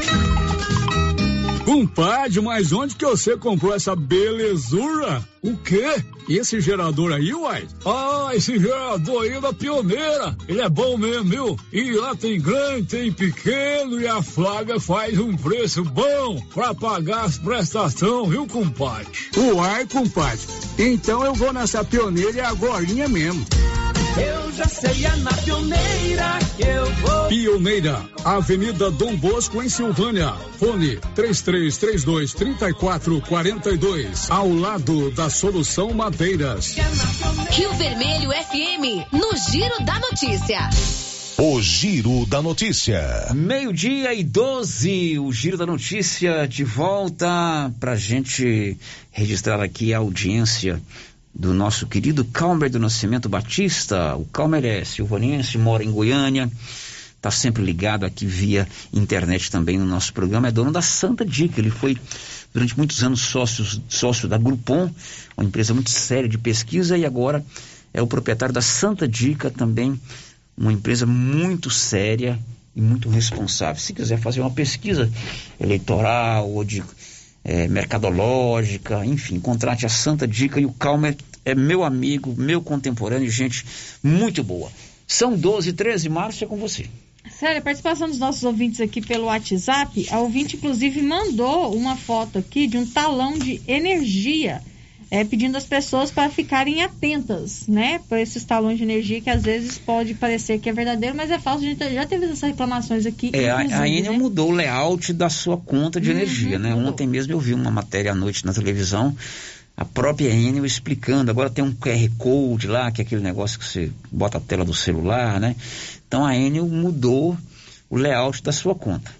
Compadre, mas onde que você comprou essa belezura? O quê? E esse gerador aí, uai? Ah, esse gerador aí é da Pioneira. Ele é bom mesmo, viu? E lá tem grande, tem pequeno e a Flávia faz um preço bom pra pagar as prestações, viu, compadre? Uai, compadre. Então eu vou nessa Pioneira e agorinha mesmo. Eu já sei, é na Pioneira que eu vou. Pioneira, Avenida Dom Bosco, em Silvânia. Fone três três três dois, três quatro quatro dois. Ao lado da Solução Madeiras. Rio Vermelho F M, no Giro da Notícia. O Giro da Notícia. Meio-dia e doze, o Giro da Notícia de volta pra gente registrar aqui a audiência do nosso querido Calmer do Nascimento Batista. O Calmer é silvanense, mora em Goiânia, está sempre ligado aqui via internet também no nosso programa, é dono da Santa Dica. Ele foi durante muitos anos sócio, sócio da Groupon, uma empresa muito séria de pesquisa, e agora é o proprietário da Santa Dica também, uma empresa muito séria e muito responsável. Se quiser fazer uma pesquisa eleitoral ou de É, mercadológica, enfim, contrate a Santa Dica, e o Calmer é meu amigo, meu contemporâneo, gente muito boa. São doze e treze, Márcia, é com você. Sério, a participação dos nossos ouvintes aqui pelo WhatsApp, a ouvinte inclusive mandou uma foto aqui de um talão de energia é, pedindo às pessoas para ficarem atentas, né, para esses talões de energia que às vezes pode parecer que é verdadeiro, mas é falso. A gente já teve essas reclamações aqui. É, a, a Enel, né, mudou o layout da sua conta de uhum, energia, né? Mudou. Ontem mesmo eu vi uma matéria à noite na televisão, a própria Enel explicando. Agora tem um Q R Code lá, que é aquele negócio que você bota a tela do celular, né? Então a Enel mudou o layout da sua conta.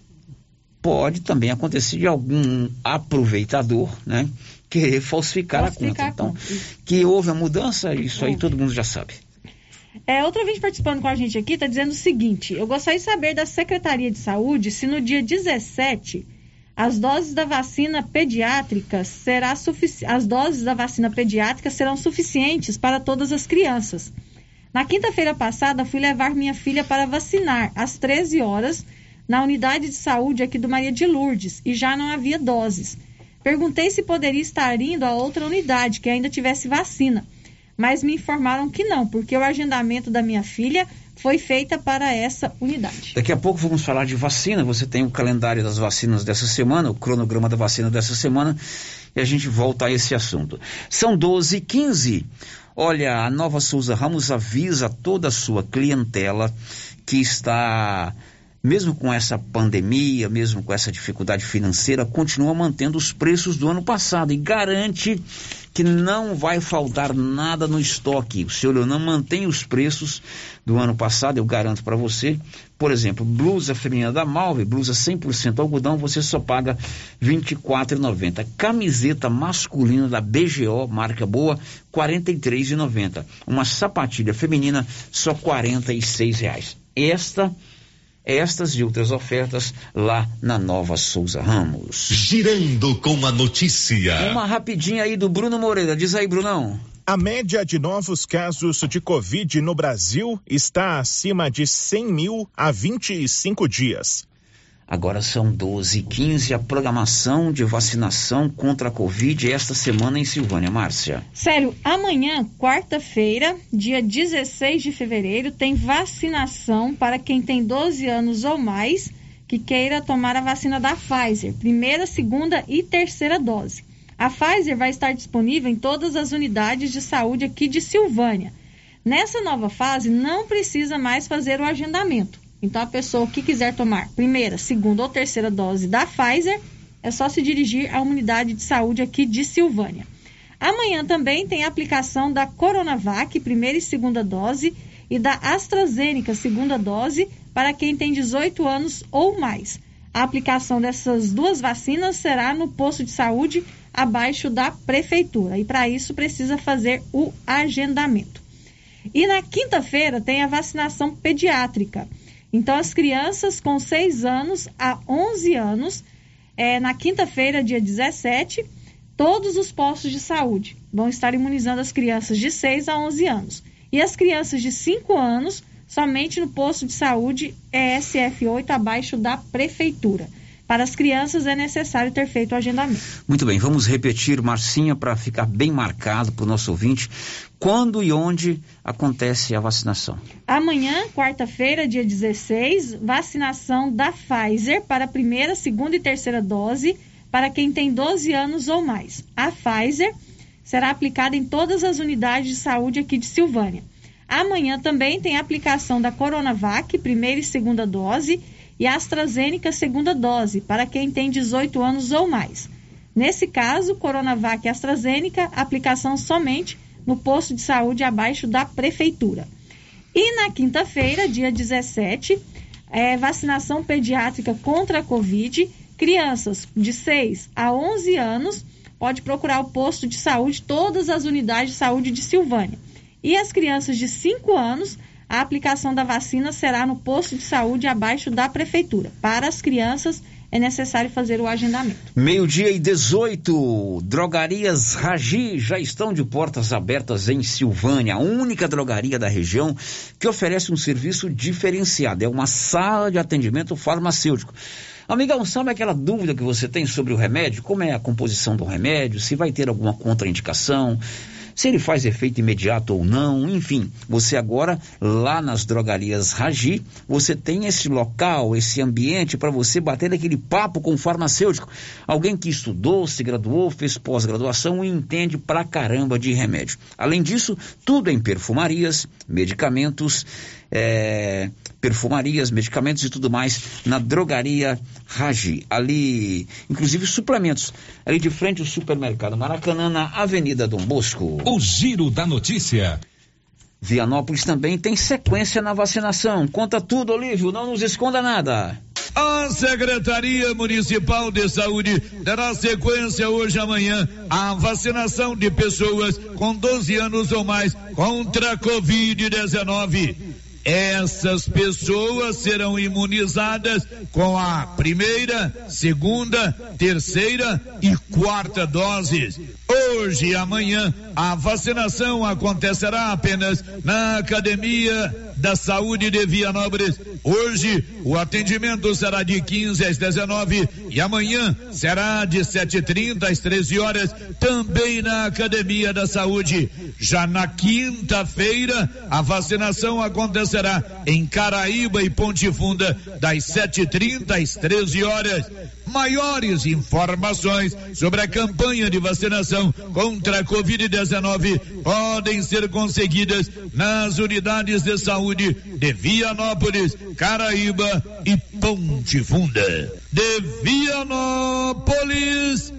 Pode também acontecer de algum aproveitador, né, querer falsificar, falsificar a conta. Então, conta. Que houve a mudança, isso houve. Aí todo mundo já sabe. É, outra vez participando com a gente aqui está dizendo o seguinte: eu gostaria de saber da Secretaria de Saúde se no dia dezessete as doses da vacina pediátrica será sufici- as doses da vacina pediátrica serão suficientes para todas as crianças. Na quinta-feira passada fui levar minha filha para vacinar às treze horas na unidade de saúde aqui do Maria de Lourdes e já não havia doses. Perguntei se poderia estar indo a outra unidade que ainda tivesse vacina, mas me informaram que não, porque o agendamento da minha filha foi feita para essa unidade. Daqui a pouco vamos falar de vacina. Você tem o calendário das vacinas dessa semana, o cronograma da vacina dessa semana, e a gente volta a esse assunto. São doze e quinze. Olha, a Nova Souza Ramos avisa toda a sua clientela que está, mesmo com essa pandemia, mesmo com essa dificuldade financeira, continua mantendo os preços do ano passado e garante que não vai faltar nada no estoque. O seu Leonan mantém os preços do ano passado, eu garanto para você. Por exemplo, blusa feminina da Malve, blusa cem por cento algodão, você só paga vinte e quatro reais e noventa centavos. Camiseta masculina da B G O, marca boa, quarenta e três reais e noventa centavos. Uma sapatilha feminina, só quarenta e seis reais. Esta Estas e outras ofertas lá na Nova Souza Ramos. Girando com a notícia. Uma rapidinha aí do Bruno Moreira. Diz aí, Brunão. A média de novos casos de Covid no Brasil está acima de cem mil há vinte e cinco dias. Agora são doze e quinze, a programação de vacinação contra a Covid esta semana em Silvânia. Márcia. Sério, amanhã, quarta-feira, dia dezesseis de fevereiro, tem vacinação para quem tem doze anos ou mais que queira tomar a vacina da Pfizer, primeira, segunda e terceira dose. A Pfizer vai estar disponível em todas as unidades de saúde aqui de Silvânia. Nessa nova fase, não precisa mais fazer o agendamento. Então, a pessoa que quiser tomar primeira, segunda ou terceira dose da Pfizer, é só se dirigir à unidade de saúde aqui de Silvânia. Amanhã também tem a aplicação da Coronavac, primeira e segunda dose, e da AstraZeneca, segunda dose, para quem tem dezoito anos ou mais. A aplicação dessas duas vacinas será no posto de saúde abaixo da prefeitura. E para isso precisa fazer o agendamento. E na quinta-feira tem a vacinação pediátrica. Então, as crianças com seis anos a onze anos, é, na quinta-feira, dia dezessete, todos os postos de saúde vão estar imunizando as crianças de seis a onze anos. E as crianças de cinco anos, somente no posto de saúde E S F oito, abaixo da prefeitura. Para as crianças é necessário ter feito o agendamento. Muito bem, vamos repetir, Marcinha, para ficar bem marcado para o nosso ouvinte, quando e onde acontece a vacinação. Amanhã, quarta-feira, dia dezesseis, vacinação da Pfizer para a primeira, segunda e terceira dose para quem tem doze anos ou mais. A Pfizer será aplicada em todas as unidades de saúde aqui de Silvânia. Amanhã também tem a aplicação da Coronavac, primeira e segunda dose, e AstraZeneca, segunda dose, para quem tem dezoito anos ou mais. Nesse caso, Coronavac e AstraZeneca, aplicação somente no posto de saúde abaixo da prefeitura. E na quinta-feira, dia dezessete, é vacinação pediátrica contra a Covid. Crianças de seis a onze anos, pode procurar o posto de saúde, todas as unidades de saúde de Silvânia. E as crianças de cinco anos, a aplicação da vacina será no posto de saúde abaixo da prefeitura. Para as crianças, é necessário fazer o agendamento. Meio-dia e dezoito, drogarias Ragi já estão de portas abertas em Silvânia, a única drogaria da região que oferece um serviço diferenciado. É uma sala de atendimento farmacêutico. Amigão, sabe aquela dúvida que você tem sobre o remédio? Como é a composição do remédio? Se vai ter alguma contraindicação? se ele faz efeito imediato ou não, enfim. Você agora, lá nas drogarias Ragi, você tem esse local, esse ambiente para você bater aquele papo com o farmacêutico. Alguém que estudou, se graduou, fez pós-graduação e entende pra caramba de remédio. Além disso, tudo em perfumarias, medicamentos, é, perfumarias, medicamentos e tudo mais na drogaria Ragi. Ali, inclusive suplementos, ali de frente ao supermercado Maracanã, na Avenida Dom Bosco. O Giro da Notícia. Vianópolis também tem sequência na vacinação. Conta tudo, Olívio, não nos esconda nada. A Secretaria Municipal de Saúde dará sequência hoje e amanhã à vacinação de pessoas com doze anos ou mais contra a covid dezenove. Essas pessoas serão imunizadas com a primeira, segunda, terceira e quarta doses. Hoje e amanhã a vacinação acontecerá apenas na Academia da Saúde de Vianópolis. Hoje o atendimento será de quinze às dezenove e amanhã será de sete e trinta às treze horas, também na Academia da Saúde. Já na quinta-feira a vacinação acontecerá em Caraíba e Ponte Funda, das sete e trinta às treze horas. Maiores informações sobre a campanha de vacinação contra a covid dezenove podem ser conseguidas nas unidades de saúde de Vianópolis, Caraíba e Ponte Funda. De Vianópolis,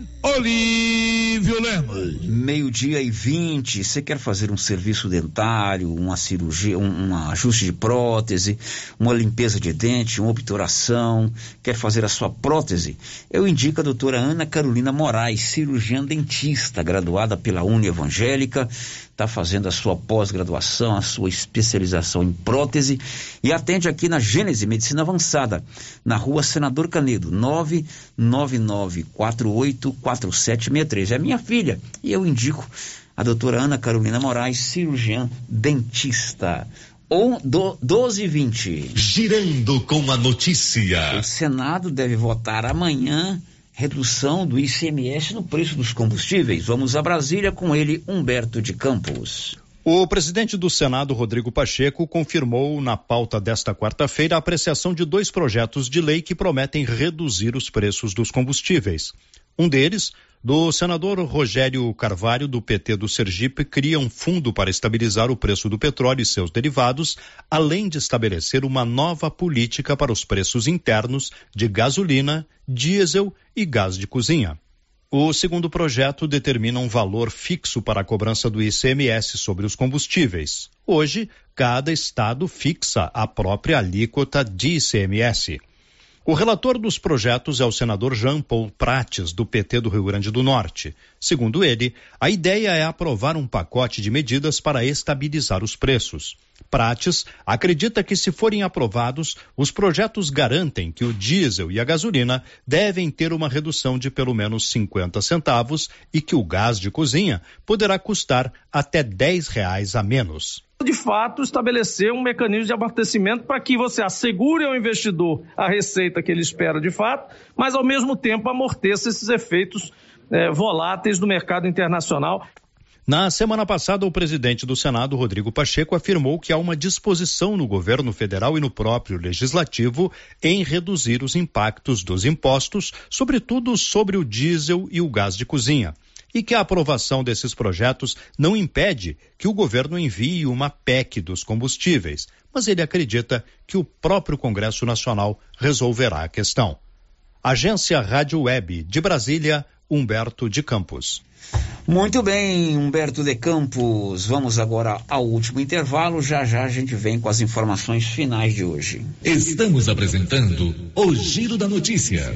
Olívio Lemos. Meio-dia e vinte, você quer fazer um serviço dentário, uma cirurgia, um, um ajuste de prótese, uma limpeza de dente, uma obturação, quer fazer a sua prótese? Eu indico a doutora Ana Carolina Moraes, cirurgiã dentista, graduada pela Uni Evangélica, está fazendo a sua pós-graduação, a sua especialização em prótese e atende aqui na Gênese Medicina Avançada, na rua Senador Canedo, nove nove nove quatro oito quatro sete seis três. É minha filha e eu indico a doutora Ana Carolina Moraes, cirurgiã dentista. Ou do, doze e vinte. Girando com a notícia. O Senado deve votar amanhã redução do I C M S no preço dos combustíveis. Vamos a Brasília com ele, Humberto de Campos. O presidente do Senado, Rodrigo Pacheco, confirmou na pauta desta quarta-feira a apreciação de dois projetos de lei que prometem reduzir os preços dos combustíveis. Um deles, do senador Rogério Carvalho, do P T do Sergipe, cria um fundo para estabilizar o preço do petróleo e seus derivados, além de estabelecer uma nova política para os preços internos de gasolina, diesel e gás de cozinha. O segundo projeto determina um valor fixo para a cobrança do I C M S sobre os combustíveis. Hoje, cada estado fixa a própria alíquota de I C M S. O relator dos projetos é o senador Jean Paul Prates, do P T do Rio Grande do Norte. Segundo ele, a ideia é aprovar um pacote de medidas para estabilizar os preços. Prates acredita que, se forem aprovados, os projetos garantem que o diesel e a gasolina devem ter uma redução de pelo menos cinquenta centavos e que o gás de cozinha poderá custar até dez reais a menos. De fato, estabelecer um mecanismo de abastecimento para que você assegure ao investidor a receita que ele espera de fato, mas ao mesmo tempo amorteça esses efeitos eh, voláteis do mercado internacional. Na semana passada, o presidente do Senado, Rodrigo Pacheco, afirmou que há uma disposição no governo federal e no próprio legislativo em reduzir os impactos dos impostos, sobretudo sobre o diesel e o gás de cozinha, e que a aprovação desses projetos não impede que o governo envie uma P E C dos combustíveis, mas ele acredita que o próprio Congresso Nacional resolverá a questão. Agência Rádio Web de Brasília, Humberto de Campos. Muito bem, Humberto de Campos. Vamos agora ao último intervalo. Já já a gente vem com as informações finais de hoje. Estamos apresentando o Giro da Notícia.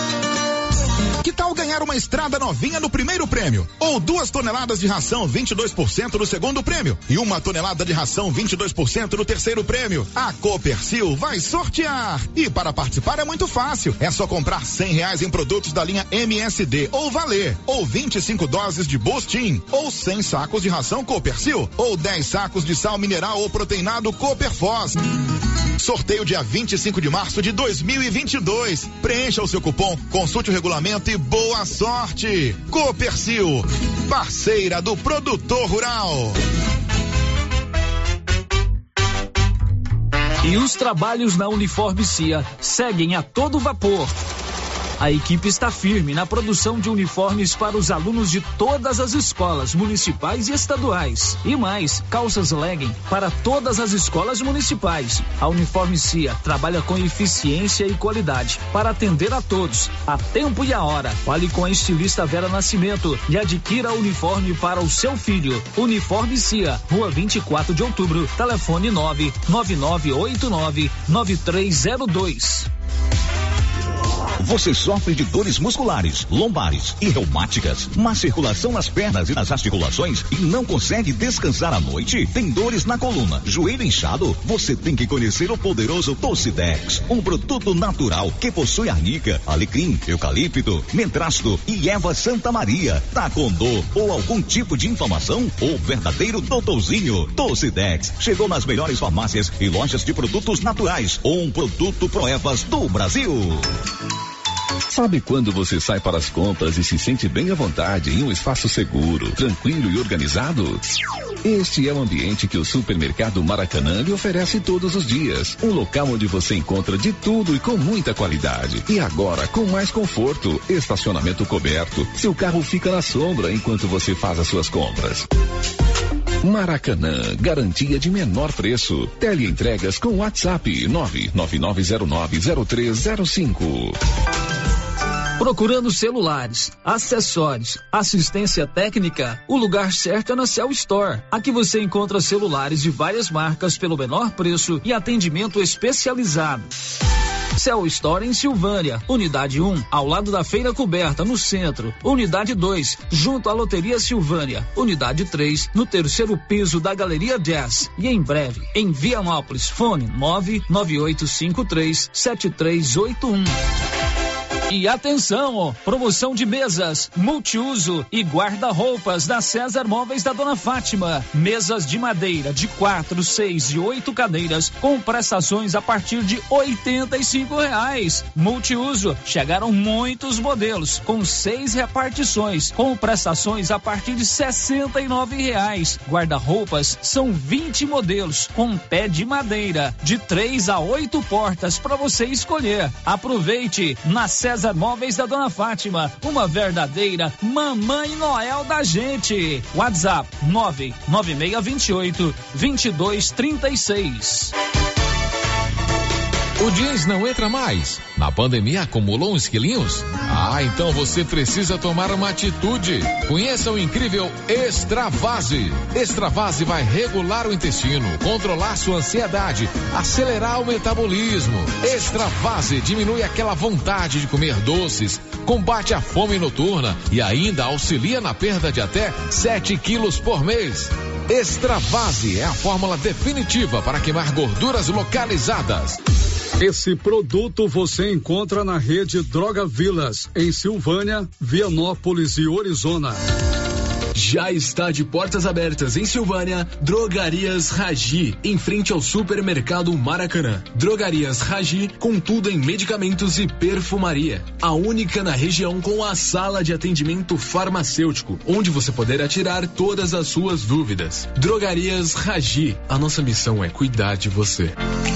Que tal ganhar uma estrada novinha no primeiro prêmio? Ou duas toneladas de ração vinte e dois por cento no segundo prêmio? E uma tonelada de ração vinte e dois por cento no terceiro prêmio? A Copercil vai sortear! E para participar é muito fácil. É só comprar cem reais em produtos da linha M S D ou Valer. Ou vinte e cinco doses de Bostin. Ou cem sacos de ração Copercil. Ou dez sacos de sal mineral ou proteinado Coperfós. Sorteio dia vinte e cinco de março de dois mil e vinte e dois. Preencha o seu cupom, consulte o regulamento e boa sorte. Copercil, parceira do produtor rural. E os trabalhos na Uniforme Cia seguem a todo vapor. A equipe está firme na produção de uniformes para os alunos de todas as escolas municipais e estaduais. E mais, calças legging para todas as escolas municipais. A Uniforme Cia trabalha com eficiência e qualidade para atender a todos, a tempo e a hora. Fale com a estilista Vera Nascimento e adquira o uniforme para o seu filho. Uniforme Cia, Rua vinte e quatro de outubro, telefone nove nove nove oito nove nove três zero dois. Você sofre de dores musculares, lombares e reumáticas, má circulação nas pernas e nas articulações e não consegue descansar à noite? Tem dores na coluna, joelho inchado? Você tem que conhecer o poderoso Tocidex, um produto natural que possui arnica, alecrim, eucalipto, mentrasto e erva Santa Maria. Tá com dor ou algum tipo de inflamação? O verdadeiro doutorzinho Tocidex chegou nas melhores farmácias e lojas de produtos naturais. Um produto Proevas do Brasil. Sabe quando você sai para as compras e se sente bem à vontade em um espaço seguro, tranquilo e organizado? Este é o ambiente que o Supermercado Maracanã lhe oferece todos os dias. Um local onde você encontra de tudo e com muita qualidade. E agora com mais conforto, estacionamento coberto. Seu carro fica na sombra enquanto você faz as suas compras. Maracanã, garantia de menor preço. Teleentregas com WhatsApp nove nove nove zero nove zero três zero cinco. Procurando celulares, acessórios, assistência técnica, o lugar certo é na Cell Store. Aqui você encontra celulares de várias marcas pelo menor preço e atendimento especializado. Cell Store em Silvânia, unidade um, ao lado da Feira Coberta, no centro. Unidade dois, junto à Loteria Silvânia. Unidade três, no terceiro piso da Galeria Jazz. E em breve, em Vianópolis, fone nove nove oito cinco três sete três oito um. E atenção, promoção de mesas, multiuso e guarda-roupas da César Móveis da Dona Fátima. Mesas de madeira de quatro, seis e oito cadeiras com prestações a partir de oitenta e cinco reais. Multiuso, chegaram muitos modelos com seis repartições com prestações a partir de sessenta e nove reais. Guarda-roupas são vinte modelos com pé de madeira de três a oito portas para você escolher. Aproveite na César Móveis da Dona Fátima, uma verdadeira Mamãe Noel da gente. WhatsApp nove nove seis dois oito dois dois três seis. O jeans não entra mais. Na pandemia acumulou uns quilinhos? Ah, então você precisa tomar uma atitude. Conheça o incrível Extravase. Extravase vai regular o intestino, controlar sua ansiedade, acelerar o metabolismo. Extravase diminui aquela vontade de comer doces, combate a fome noturna e ainda auxilia na perda de até sete quilos por mês. Extravase é a fórmula definitiva para queimar gorduras localizadas. Esse produto você encontra na rede Droga Vilas, em Silvânia, Vianópolis e Orizona. Já está de portas abertas em Silvânia, Drogarias Ragi, em frente ao Supermercado Maracanã. Drogarias Ragi, com tudo em medicamentos e perfumaria. A única na região com a sala de atendimento farmacêutico, onde você poderá tirar todas as suas dúvidas. Drogarias Ragi, a nossa missão é cuidar de você.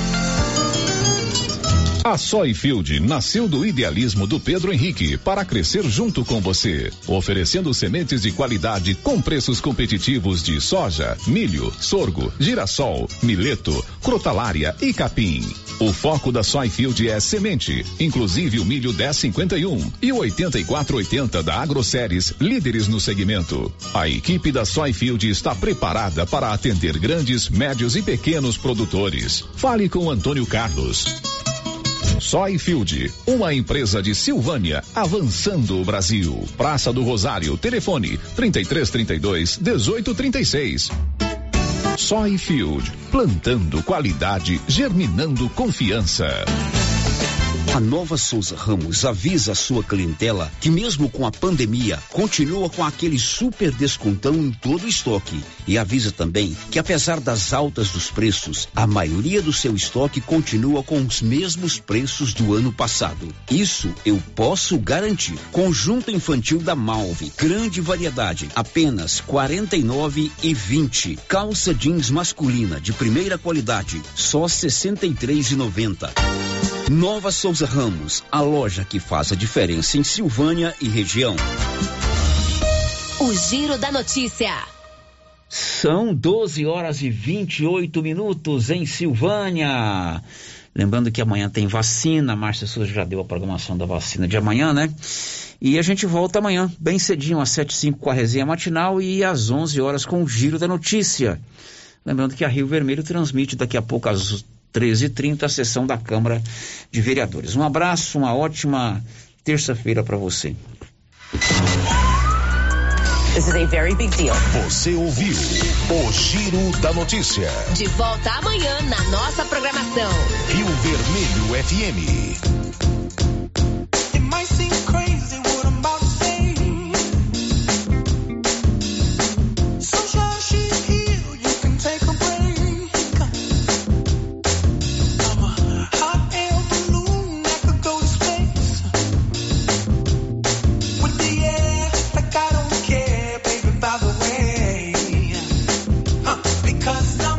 A Soyfield nasceu do idealismo do Pedro Henrique para crescer junto com você, oferecendo sementes de qualidade com preços competitivos de soja, milho, sorgo, girassol, mileto, crotalária e capim. O foco da Soyfield é semente, inclusive o milho dez cinquenta e um e o oitenta e quatro oitenta da Agroceres, líderes no segmento. A equipe da Soyfield está preparada para atender grandes, médios e pequenos produtores. Fale com Antônio Carlos. Soyfield, uma empresa de Silvânia, avançando o Brasil. Praça do Rosário, telefone trinta e três, trinta e dois, dezoito, trinta e seis. Soyfield, plantando qualidade, germinando confiança. A Nova Souza Ramos avisa a sua clientela que mesmo com a pandemia, continua com aquele super descontão em todo o estoque. E avisa também que apesar das altas dos preços, a maioria do seu estoque continua com os mesmos preços do ano passado. Isso eu posso garantir. Conjunto infantil da Malve, grande variedade, apenas quarenta e nove reais e vinte centavos. Calça jeans masculina de primeira qualidade, só sessenta e três reais e noventa centavos. Nova Souza Ramos, a loja que faz a diferença em Silvânia e região. O Giro da Notícia. São doze horas e vinte e oito minutos em Silvânia. Lembrando que amanhã tem vacina, a Márcia Souza já deu a programação da vacina de amanhã, né? E a gente volta amanhã, bem cedinho, às sete e cinco com a resenha matinal e às onze horas com o Giro da Notícia. Lembrando que a Rio Vermelho transmite daqui a pouco às treze e trinta a sessão da Câmara de Vereadores. Um abraço, uma ótima terça-feira para você. This is a very big deal. Você ouviu o Giro da Notícia. De volta amanhã na nossa programação. Rio Vermelho F M.